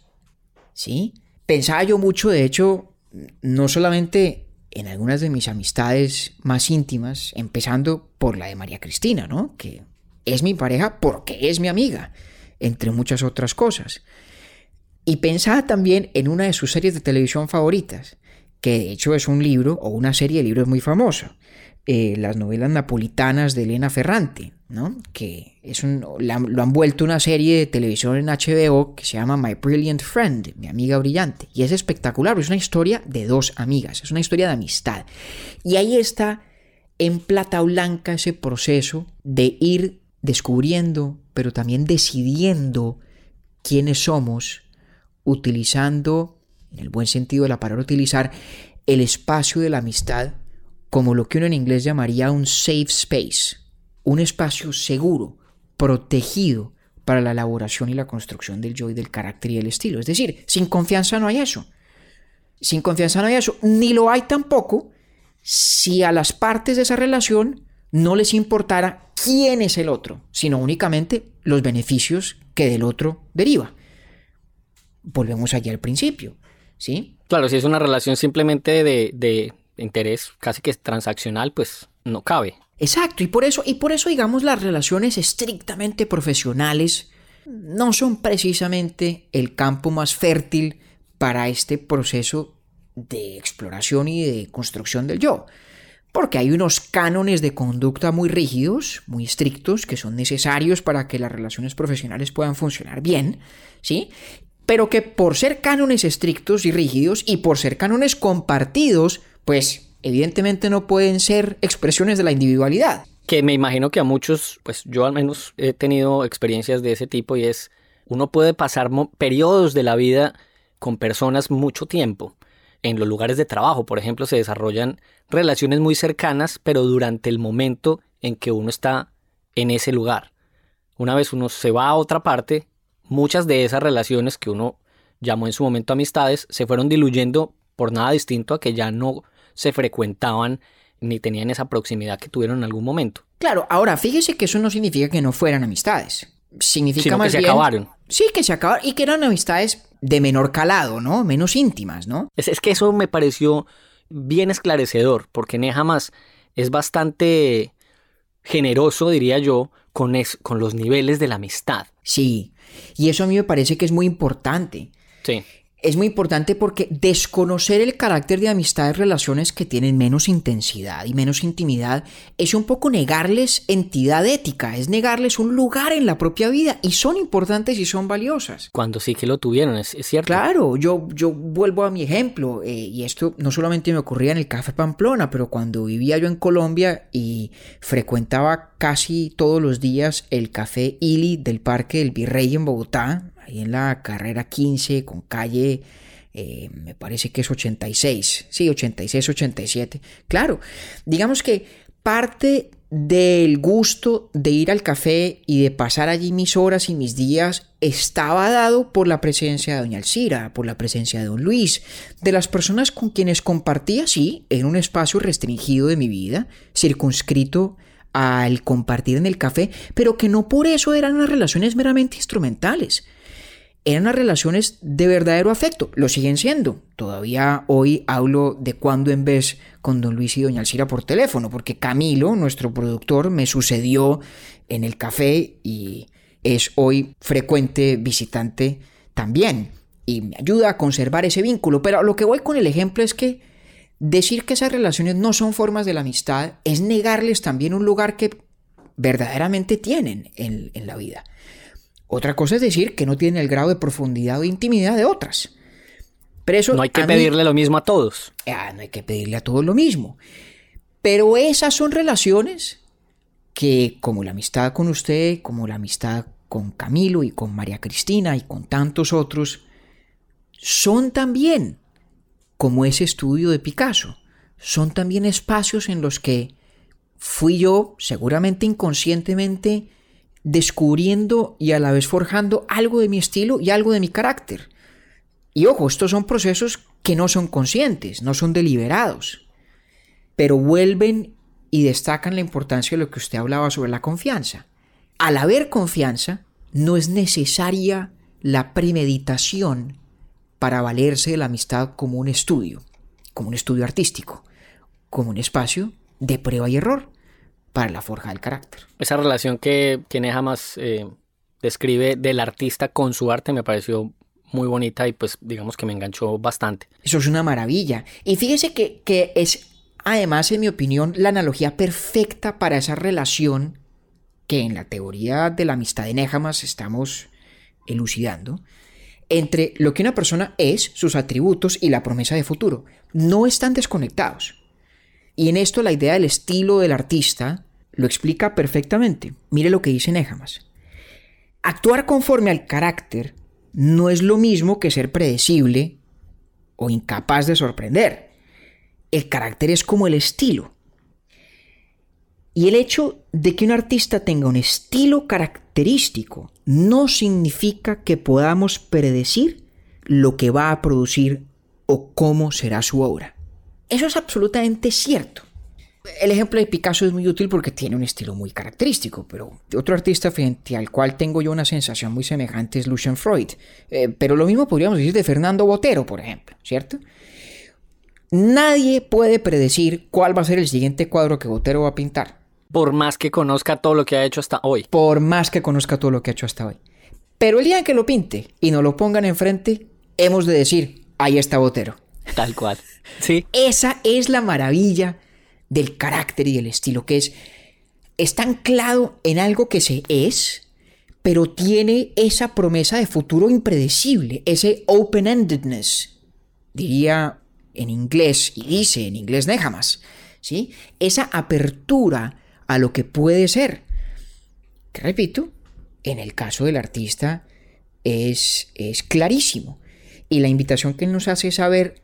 ¿Sí? Pensaba yo mucho, de hecho, no solamente en algunas de mis amistades más íntimas, empezando por la de María Cristina, ¿no? Que es mi pareja porque es mi amiga, entre muchas otras cosas. Y pensaba también en una de sus series de televisión favoritas, que de hecho es un libro o una serie de libros muy famosa, las novelas napolitanas de Elena Ferrante, ¿no? Que lo han vuelto una serie de televisión en HBO que se llama My Brilliant Friend, mi amiga brillante, y es espectacular, es una historia de dos amigas, es una historia de amistad, y ahí está en plata blanca ese proceso de ir descubriendo, pero también decidiendo quiénes somos, utilizando, en el buen sentido de la palabra utilizar, el espacio de la amistad como lo que uno en inglés llamaría un safe space, un espacio seguro, protegido para la elaboración y la construcción del yo y del carácter y del estilo. Es decir, sin confianza no hay eso. Sin confianza no hay eso, ni lo hay tampoco si a las partes de esa relación no les importara quién es el otro, sino únicamente los beneficios que del otro deriva. Volvemos allí al principio, ¿sí? Claro, si es una relación simplemente de interés casi que transaccional, pues no cabe. Exacto, y por eso, digamos, las relaciones estrictamente profesionales no son precisamente el campo más fértil para este proceso de exploración y de construcción del yo. Porque hay unos cánones de conducta muy rígidos, muy estrictos, que son necesarios para que las relaciones profesionales puedan funcionar bien, ¿sí? Pero que por ser cánones estrictos y rígidos y por ser cánones compartidos, pues evidentemente no pueden ser expresiones de la individualidad. Que me imagino que a muchos, pues yo al menos he tenido experiencias de ese tipo, y es, uno puede pasar periodos de la vida con personas mucho tiempo. En los lugares de trabajo, por ejemplo, se desarrollan relaciones muy cercanas, pero durante el momento en que uno está en ese lugar. Una vez uno se va a otra parte, muchas de esas relaciones que uno llamó en su momento amistades se fueron diluyendo por nada distinto a que ya no se frecuentaban ni tenían esa proximidad que tuvieron en algún momento. Claro, ahora fíjese que eso no significa que no fueran amistades. Significa sino más que se bien, acabaron. Sí, que se acabaron y que eran amistades de menor calado, ¿no? Menos íntimas, ¿no? Es que eso me pareció bien esclarecedor, porque Nehamas es bastante generoso, diría yo, con los niveles de la amistad. Sí, y eso a mí me parece que es muy importante. Sí. Es muy importante porque desconocer el carácter de amistades, relaciones que tienen menos intensidad y menos intimidad, es un poco negarles entidad ética, es negarles un lugar en la propia vida, y son importantes y son valiosas. Cuando sí que lo tuvieron, es cierto. Claro, yo vuelvo a mi ejemplo, y esto no solamente me ocurría en el Café Pamplona, pero cuando vivía yo en Colombia y frecuentaba casi todos los días el Café Ili del Parque del Virrey en Bogotá, ahí en la carrera 15 con calle, me parece que es 86, sí, 86, 87. Claro, digamos que parte del gusto de ir al café y de pasar allí mis horas y mis días estaba dado por la presencia de doña Alcira, por la presencia de don Luis, de las personas con quienes compartía, sí, en un espacio restringido de mi vida, circunscrito al compartir en el café, pero que no por eso eran unas relaciones meramente instrumentales. Eran unas relaciones de verdadero afecto, lo siguen siendo. Todavía hoy hablo de cuando en vez con don Luis y doña Alcira por teléfono, porque Camilo, nuestro productor, me sucedió en el café y es hoy frecuente visitante también. Y me ayuda a conservar ese vínculo. Pero lo que voy con el ejemplo es que decir que esas relaciones no son formas de la amistad es negarles también un lugar que verdaderamente tienen en la vida. Otra cosa es decir que no tienen el grado de profundidad o de intimidad de otras. Pero eso no hay que pedirle lo mismo a todos. No hay que pedirle a todos lo mismo. Pero esas son relaciones que, como la amistad con usted, como la amistad con Camilo y con María Cristina y con tantos otros, son también, como ese estudio de Picasso, son también espacios en los que fui yo, seguramente inconscientemente, descubriendo y a la vez forjando algo de mi estilo y algo de mi carácter. Y ojo, estos son procesos que no son conscientes, no son deliberados, pero vuelven y destacan la importancia de lo que usted hablaba sobre la confianza. Al haber confianza, no es necesaria la premeditación para valerse de la amistad como un estudio artístico, como un espacio de prueba y error para la forja del carácter. Esa relación que Nehamas describe del artista con su arte me pareció muy bonita y pues digamos que me enganchó bastante. Eso es una maravilla. Y fíjese que es además, en mi opinión, la analogía perfecta para esa relación que en la teoría de la amistad de Nehamas estamos elucidando, entre lo que una persona es, sus atributos y la promesa de futuro. No están desconectados. Y en esto la idea del estilo del artista lo explica perfectamente. Mire lo que dice Nehamas. Actuar conforme al carácter no es lo mismo que ser predecible o incapaz de sorprender. El carácter es como el estilo. Y el hecho de que un artista tenga un estilo característico no significa que podamos predecir lo que va a producir o cómo será su obra. Eso es absolutamente cierto. El ejemplo de Picasso es muy útil porque tiene un estilo muy característico, pero otro artista frente al cual tengo yo una sensación muy semejante es Lucian Freud. Pero lo mismo podríamos decir de Fernando Botero, por ejemplo, ¿cierto? Nadie puede predecir cuál va a ser el siguiente cuadro que Botero va a pintar. Por más que conozca todo lo que ha hecho hasta hoy. Por más que conozca todo lo que ha hecho hasta hoy. Pero el día en que lo pinte y nos lo pongan enfrente, hemos de decir, ahí está Botero. Tal cual. Sí. Esa es la maravilla del carácter y del estilo, que está anclado en algo que se es, pero tiene esa promesa de futuro impredecible, ese open-endedness, diría en inglés, y dice en inglés Nehamas, ¿sí? Esa apertura a lo que puede ser, que repito, en el caso del artista es clarísimo, y la invitación que él nos hace es a ver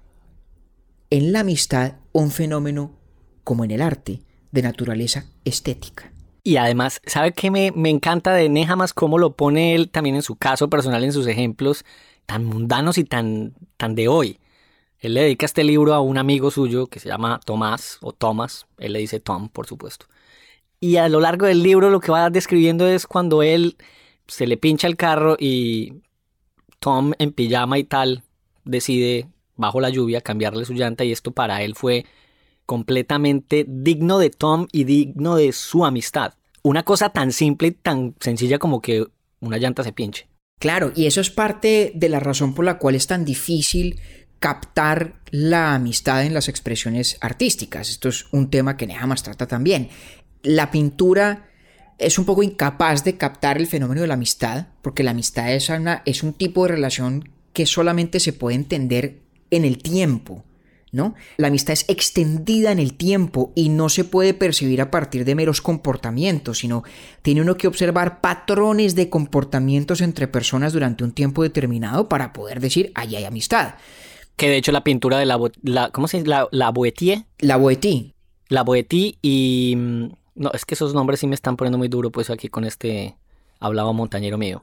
en la amistad un fenómeno como en el arte, de naturaleza estética. Y además, ¿sabe qué me encanta de Nehamas? Cómo lo pone él también en su caso personal, en sus ejemplos tan mundanos y tan de hoy. Él le dedica este libro a un amigo suyo que se llama Tomás, o Thomas, él le dice Tom, por supuesto. Y a lo largo del libro lo que va describiendo es cuando él se le pincha el carro y Tom en pijama y tal decide, bajo la lluvia, cambiarle su llanta, y esto para él fue completamente digno de Tom y digno de su amistad. Una cosa tan simple y tan sencilla como que una llanta se pinche. Claro, y eso es parte de la razón por la cual es tan difícil captar la amistad en las expresiones artísticas. Esto es un tema que Nehamas trata también. La pintura es un poco incapaz de captar el fenómeno de la amistad, porque la amistad es un tipo de relación que solamente se puede entender en el tiempo, ¿no? La amistad es extendida en el tiempo y no se puede percibir a partir de meros comportamientos, sino tiene uno que observar patrones de comportamientos entre personas durante un tiempo determinado para poder decir, ahí hay amistad. Que de hecho la pintura de ¿cómo se dice? La Boétie. La Boétie. La Boétie y... No, es que esos nombres sí me están poniendo muy duro, pues aquí con este hablaba montañero mío.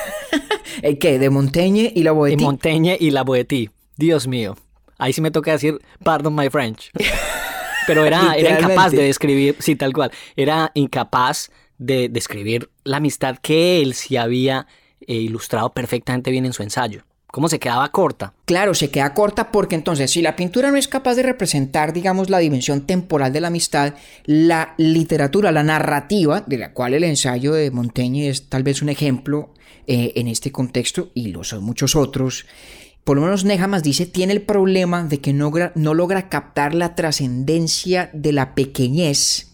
¿El qué? De Montaigne y la Boétie. De Montaigne y la Boétie. Dios mío. Ahí sí me toca decir, pardon my French. Pero era incapaz de describir, sí, tal cual. Era incapaz de describir la amistad que él sí había ilustrado perfectamente bien en su ensayo. ¿Cómo se quedaba corta? Claro, se queda corta porque entonces si la pintura no es capaz de representar, digamos, la dimensión temporal de la amistad, la literatura, la narrativa, de la cual el ensayo de Montaigne es tal vez un ejemplo en este contexto, y lo son muchos otros, por lo menos Nehamas dice, tiene el problema de que no logra captar la trascendencia de la pequeñez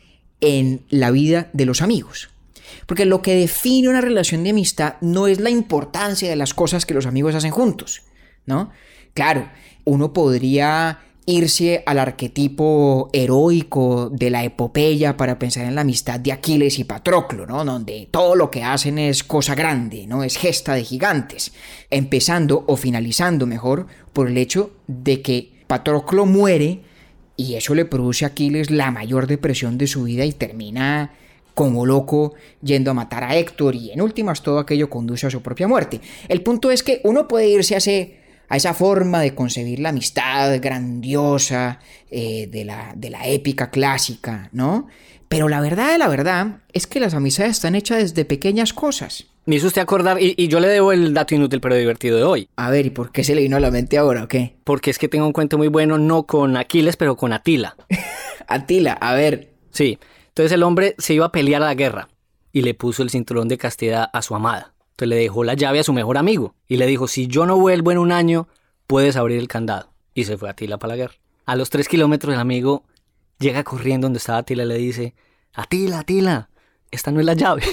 en la vida de los amigos. Porque lo que define una relación de amistad no es la importancia de las cosas que los amigos hacen juntos, ¿no? Claro, uno podría irse al arquetipo heroico de la epopeya para pensar en la amistad de Aquiles y Patroclo, ¿no? Donde todo lo que hacen es cosa grande, ¿no? Es gesta de gigantes, empezando o finalizando mejor por el hecho de que Patroclo muere y eso le produce a Aquiles la mayor depresión de su vida y termina como loco yendo a matar a Héctor, y en últimas todo aquello conduce a su propia muerte. El punto es que uno puede irse a esa forma de concebir la amistad grandiosa de la épica clásica, ¿no? Pero la verdad es que las amistades están hechas desde pequeñas cosas. Me hizo usted acordar, y yo le debo el dato inútil pero divertido de hoy. A ver, ¿y por qué se le vino a la mente ahora o qué? Porque es que tengo un cuento muy bueno, no con Aquiles, pero con Atila. Atila, a ver. Sí, entonces el hombre se iba a pelear a la guerra y le puso el cinturón de castidad a su amada. Entonces le dejó la llave a su mejor amigo y le dijo, si yo no vuelvo en un año, puedes abrir el candado. Y se fue Atila para la guerra. A los 3 kilómetros el amigo llega corriendo donde estaba Atila y le dice, Atila, esta no es la llave.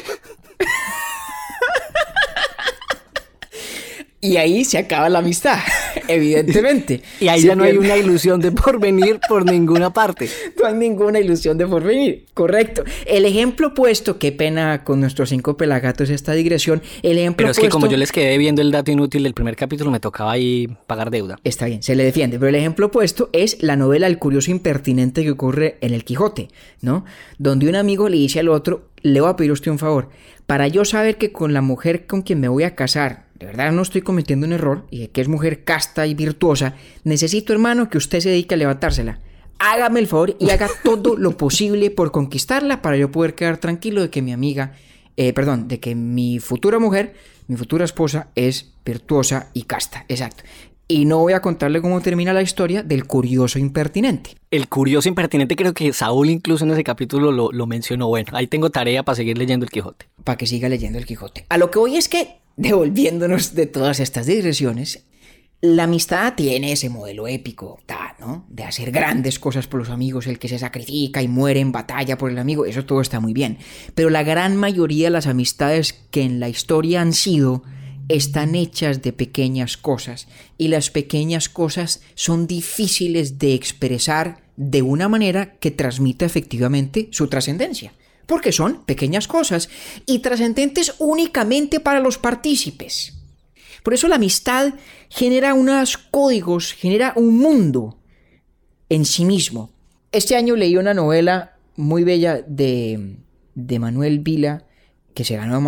Y ahí se acaba la amistad, evidentemente. Y ahí ya no hay una ilusión de porvenir por ninguna parte. No hay ninguna ilusión de porvenir, correcto. El ejemplo puesto, qué pena con nuestros 5 pelagatos esta digresión, el ejemplo pero es que como yo les quedé viendo el dato inútil del primer capítulo, me tocaba ahí pagar deuda. Está bien, se le defiende, pero el ejemplo puesto es la novela El curioso impertinente que ocurre en El Quijote, ¿no? Donde un amigo le dice al otro, le voy a pedir a usted un favor, para yo saber que con la mujer con quien me voy a casar, de verdad no estoy cometiendo un error y que es mujer casta y virtuosa, necesito, hermano, que usted se dedique a levantársela. hágame el favor y haga todo lo posible por conquistarla para yo poder quedar tranquilo de que mi amiga, de que mi futura mujer, mi futura esposa es virtuosa y casta. Exacto. Y no voy a contarle cómo termina la historia del curioso impertinente. El curioso impertinente, creo que Saúl incluso en ese capítulo lo mencionó. Bueno, ahí tengo tarea para seguir leyendo el Quijote. Para que siga leyendo el Quijote. A lo que voy es que, devolviéndonos de todas estas digresiones, la amistad tiene ese modelo épico, ¿no? De hacer grandes cosas por los amigos, el que se sacrifica y muere en batalla por el amigo, eso todo está muy bien. Pero la gran mayoría de las amistades que en la historia han sido están hechas de pequeñas cosas, y las pequeñas cosas son difíciles de expresar de una manera que transmita efectivamente su trascendencia, porque son pequeñas cosas y trascendentes únicamente para los partícipes. Por eso la amistad genera unos códigos, genera un mundo en sí mismo. Este año leí una novela muy bella de Manuel Vila, que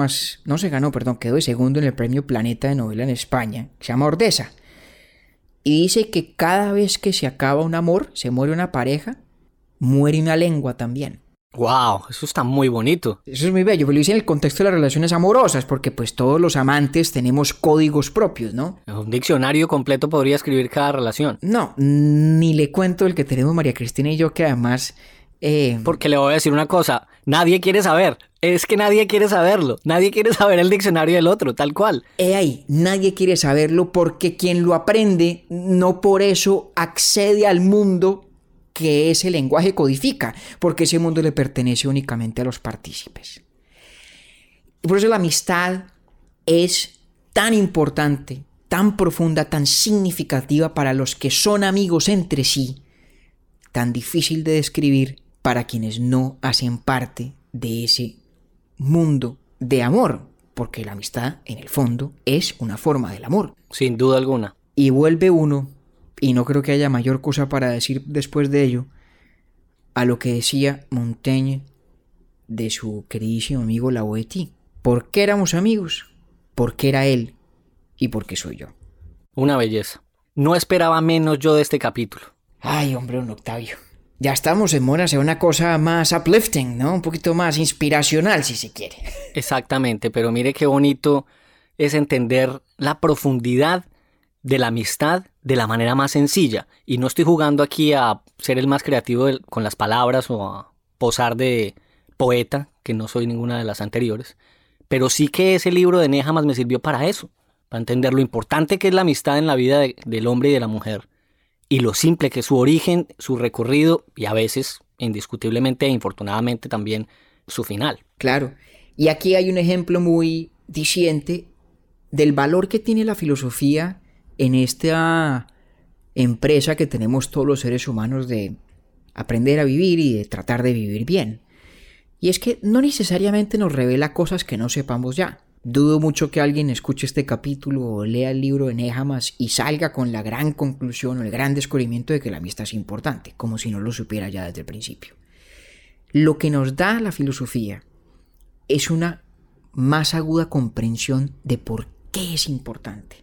quedó de segundo en el premio Planeta de novela en España, que se llama Ordesa. Y dice que cada vez que se acaba un amor, se muere una pareja, muere una lengua también. ¡Wow! Eso está muy bonito. Eso es muy bello, pero lo hice en el contexto de las relaciones amorosas, porque pues todos los amantes tenemos códigos propios, ¿no? Un diccionario completo podría escribir cada relación. No, ni le cuento el que tenemos María Cristina y yo, que además... Porque le voy a decir una cosa, nadie quiere saber, es que nadie quiere saberlo, nadie quiere saber el diccionario del otro, tal cual. Ahí, nadie quiere saberlo porque quien lo aprende no por eso accede al mundo que ese lenguaje codifica, porque ese mundo le pertenece únicamente a los partícipes. Y por eso la amistad es tan importante, tan profunda, tan significativa para los que son amigos entre sí, tan difícil de describir para quienes no hacen parte de ese mundo de amor, porque la amistad, en el fondo, es una forma del amor. Sin duda alguna. Y vuelve uno, y no creo que haya mayor cosa para decir después de ello, a lo que decía Montaigne de su queridísimo amigo La Boétie. ¿Por qué éramos amigos? Porque era él y porque soy yo. Una belleza. No esperaba menos yo de este capítulo. Ay, hombre, don Octavio. Ya estamos en moda hacia una cosa más uplifting, ¿no? Un poquito más inspiracional, si se quiere. Exactamente, pero mire qué bonito es entender la profundidad de la amistad de la manera más sencilla. Y no estoy jugando aquí a ser el más creativo con las palabras o a posar de poeta, que no soy ninguna de las anteriores. Pero sí que ese libro de Nehamas me sirvió para eso, para entender lo importante que es la amistad en la vida del hombre y de la mujer. Y lo simple que es su origen, su recorrido y a veces, indiscutiblemente e infortunadamente también, su final. Claro. Y aquí hay un ejemplo muy diciente del valor que tiene la filosofía en esta empresa que tenemos todos los seres humanos de aprender a vivir y de tratar de vivir bien. Y es que no necesariamente nos revela cosas que no sepamos ya. Dudo mucho que alguien escuche este capítulo o lea el libro de Nehamas y salga con la gran conclusión o el gran descubrimiento de que la amistad es importante, como si no lo supiera ya desde el principio. Lo que nos da la filosofía es una más aguda comprensión de por qué es importante.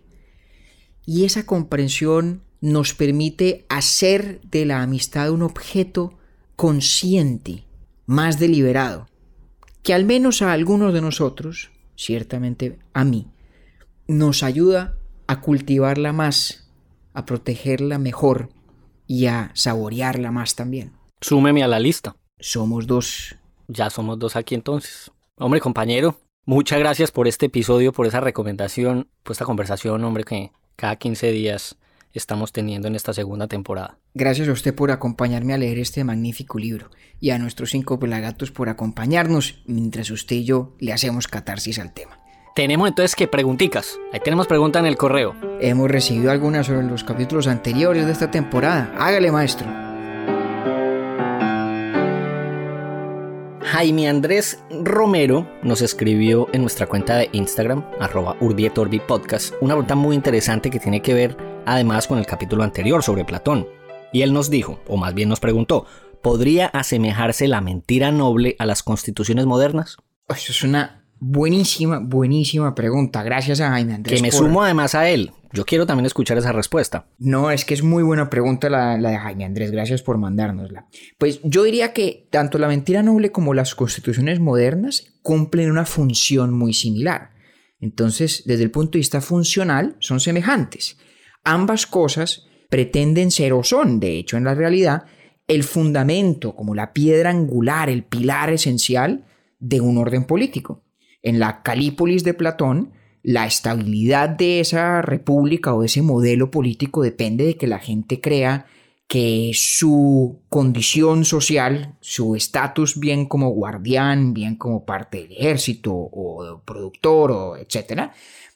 Y esa comprensión nos permite hacer de la amistad un objeto consciente, más deliberado, que al menos a algunos de nosotros, ciertamente a mí, nos ayuda a cultivarla más, a protegerla mejor y a saborearla más también. Súmeme a la lista. Somos dos. Ya somos dos aquí entonces. Hombre, compañero, muchas gracias por este episodio, por esa recomendación, por esta conversación, hombre, que cada 15 días estamos teniendo en esta segunda temporada. Gracias a usted por acompañarme a leer este magnífico libro y a nuestros 5 pelagatos por acompañarnos mientras usted y yo le hacemos catarsis al tema. Tenemos entonces que pregunticas. Ahí tenemos pregunta en el correo. Hemos recibido algunas sobre los capítulos anteriores de esta temporada. Hágale, maestro. Jaime Andrés Romero nos escribió en nuestra cuenta de Instagram, @urbieturbipodcast, una pregunta muy interesante que tiene que ver además con el capítulo anterior sobre Platón. Y él nos dijo, o más bien nos preguntó, ¿podría asemejarse la mentira noble a las constituciones modernas? Eso es una buenísima pregunta. Gracias a Jaime Andrés. Que me sumo además a él. Yo quiero también escuchar esa respuesta. No, es que es muy buena pregunta la de Jaime Andrés, gracias por mandárnosla. Pues yo diría que tanto la mentira noble como las constituciones modernas cumplen una función muy similar. Entonces, desde el punto de vista funcional, son semejantes. Ambas cosas pretenden ser o son, de hecho, en la realidad, el fundamento, como la piedra angular, el pilar esencial de un orden político. En la Calípolis de Platón, la estabilidad de esa república o de ese modelo político depende de que la gente crea que su condición social, su estatus bien como guardián, bien como parte del ejército o productor, o etcétera,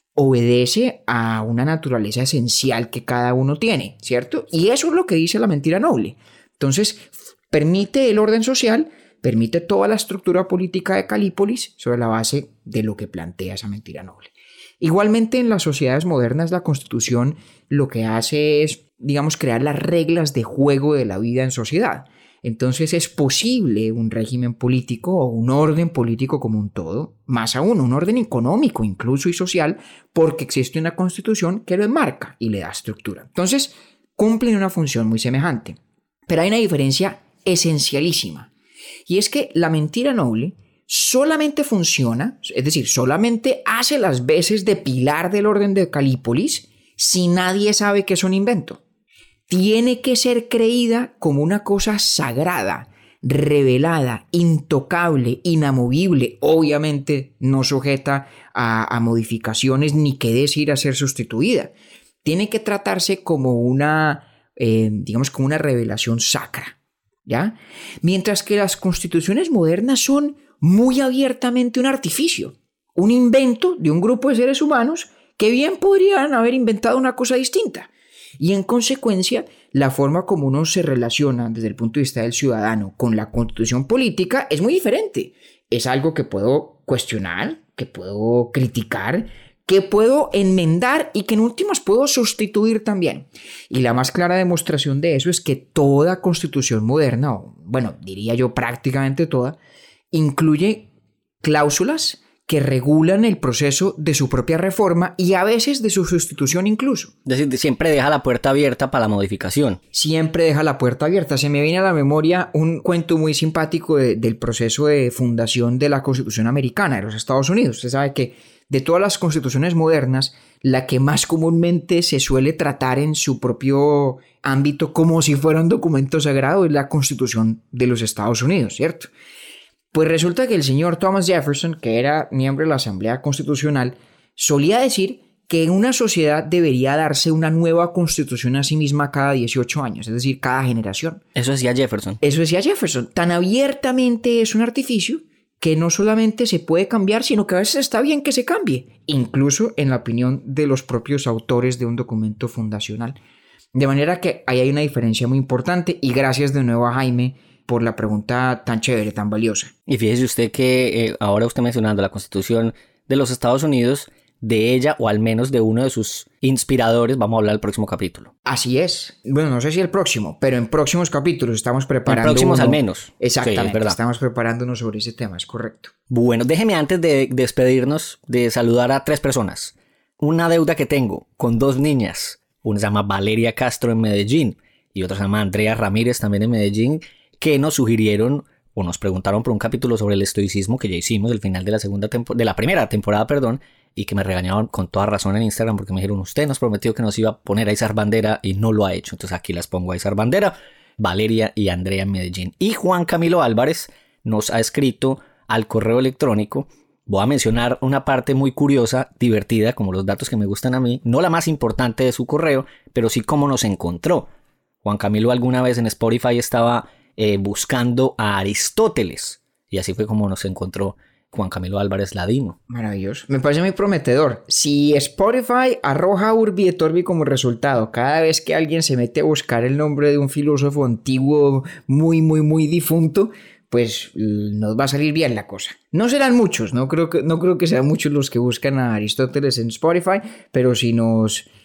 obedece a una naturaleza esencial que cada uno tiene, ¿cierto? Y eso es lo que dice la mentira noble. Entonces, permite el orden social, permite toda la estructura política de Calípolis sobre la base de lo que plantea esa mentira noble. Igualmente, en las sociedades modernas, la Constitución lo que hace es, digamos, crear las reglas de juego de la vida en sociedad. Entonces es posible un régimen político o un orden político como un todo, más aún un orden económico incluso y social, porque existe una Constitución que lo enmarca y le da estructura. Entonces cumplen una función muy semejante. Pero hay una diferencia esencialísima, y es que la mentira noble solamente funciona, es decir, solamente hace las veces de pilar del orden de Calípolis si nadie sabe que es un invento. Tiene que ser creída como una cosa sagrada, revelada, intocable, inamovible, obviamente no sujeta a modificaciones ni que decir a ser sustituida. Tiene que tratarse como una, digamos, como una revelación sacra, ¿ya? Mientras que las constituciones modernas son muy abiertamente un artificio, un invento de un grupo de seres humanos que bien podrían haber inventado una cosa distinta. Y en consecuencia, la forma como uno se relaciona desde el punto de vista del ciudadano con la constitución política es muy diferente. Es algo que puedo cuestionar, que puedo criticar, que puedo enmendar y que en últimas puedo sustituir también. Y la más clara demostración de eso es que toda constitución moderna, o bueno, diría yo prácticamente toda, incluye cláusulas que regulan el proceso de su propia reforma y a veces de su sustitución incluso. Es decir, siempre deja la puerta abierta para la modificación. Siempre deja la puerta abierta. Se me viene a la memoria un cuento muy simpático del proceso de fundación de la Constitución Americana de los Estados Unidos. Usted sabe que de todas las constituciones modernas, la que más comúnmente se suele tratar en su propio ámbito como si fuera un documento sagrado es la Constitución de los Estados Unidos, ¿cierto? Pues resulta que el señor Thomas Jefferson, que era miembro de la Asamblea Constitucional, solía decir que en una sociedad debería darse una nueva constitución a sí misma cada 18 años, es decir, cada generación. Eso decía Jefferson. Eso decía Jefferson. Tan abiertamente es un artificio que no solamente se puede cambiar, sino que a veces está bien que se cambie, incluso en la opinión de los propios autores de un documento fundacional. De manera que ahí hay una diferencia muy importante y gracias de nuevo a Jaime por la pregunta tan chévere, tan valiosa. Y fíjese usted que ahora usted mencionando la Constitución de los Estados Unidos, de ella o al menos de uno de sus inspiradores, vamos a hablar del próximo capítulo. Así es. Bueno, no sé si el próximo, pero en próximos capítulos estamos preparando. En próximos uno. Al menos. Exactamente, sí, es verdad. Estamos preparándonos sobre ese tema, es correcto. Bueno, déjeme antes de despedirnos de saludar a 3 personas. Una deuda que tengo con 2 niñas. Una se llama Valeria Castro en Medellín y otra se llama Andrea Ramírez también en Medellín, que nos sugirieron o nos preguntaron por un capítulo sobre el estoicismo que ya hicimos el final de la primera temporada, y que me regañaban con toda razón en Instagram porque me dijeron, usted nos prometió que nos iba a poner a izar bandera y no lo ha hecho. Entonces aquí las pongo a izar bandera, Valeria y Andrea en Medellín. Y Juan Camilo Álvarez nos ha escrito al correo electrónico. Voy a mencionar una parte muy curiosa, divertida, como los datos que me gustan a mí, no la más importante de su correo, pero sí cómo nos encontró. Juan Camilo alguna vez en Spotify estaba buscando a Aristóteles y así fue como nos encontró Juan Camilo Álvarez Ladino. Maravilloso, me parece muy prometedor. Si Spotify arroja Urbi et Orbi como resultado cada vez que alguien se mete a buscar el nombre de un filósofo antiguo muy difunto, pues nos va a salir bien la cosa. No serán muchos, no creo que sean muchos los que buscan a Aristóteles en Spotify, pero si nos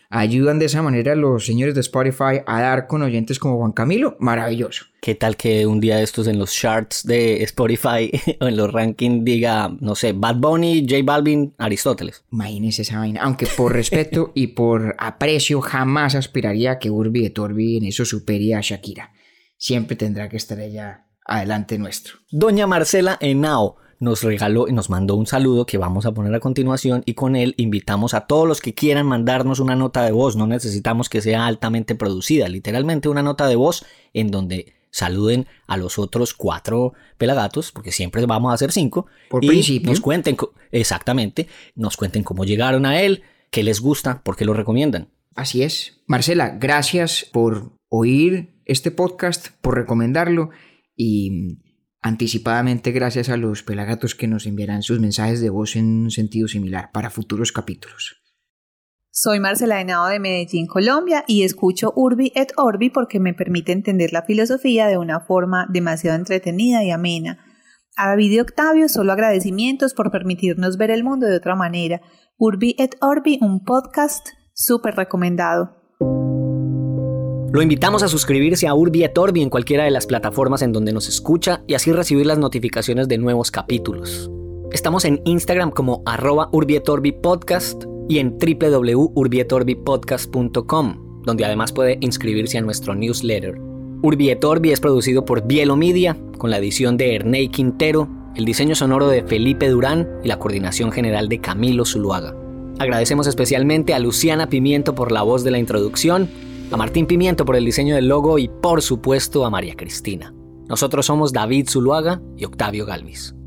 ayudan de esa manera los señores de Spotify a dar con oyentes como Juan Camilo, maravilloso. ¿Qué tal que un día de estos en los charts de Spotify o en los rankings diga, no sé, Bad Bunny, J Balvin, Aristóteles? Imagínese esa vaina. Aunque por respeto y por aprecio jamás aspiraría a que Urbi et Orbi en eso supere a Shakira. Siempre tendrá que estar ella adelante nuestro. Doña Marcela Henao nos regaló y nos mandó un saludo que vamos a poner a continuación, y con él invitamos a todos los que quieran mandarnos una nota de voz. No necesitamos que sea altamente producida, literalmente una nota de voz en donde saluden a los otros 4 pelagatos, porque siempre vamos a hacer 5. Por y principio. Nos cuenten, exactamente, nos cuenten cómo llegaron a él, qué les gusta, por qué lo recomiendan. Así es. Marcela, gracias por oír este podcast, por recomendarlo, y anticipadamente gracias a los pelagatos que nos enviarán sus mensajes de voz en un sentido similar para futuros capítulos. Soy Marcela Henao de Medellín, Colombia, y escucho Urbi et Orbi porque me permite entender la filosofía de una forma demasiado entretenida y amena. A David y Octavio, solo agradecimientos por permitirnos ver el mundo de otra manera. Urbi et Orbi, un podcast súper recomendado. Lo invitamos a suscribirse a Urbi et Orbi en cualquiera de las plataformas en donde nos escucha y así recibir las notificaciones de nuevos capítulos. Estamos en Instagram como @UrbietOrbiPodcast y en www.urbietorbi.podcast.com, donde además puede inscribirse a nuestro newsletter. Urbi et Orbi es producido por Bielo Media, con la edición de Ernei Quintero, el diseño sonoro de Felipe Durán y la coordinación general de Camilo Zuluaga. Agradecemos especialmente a Luciana Pimiento por la voz de la introducción, a Martín Pimiento por el diseño del logo y por supuesto a María Cristina. Nosotros somos David Zuluaga y Octavio Galvis.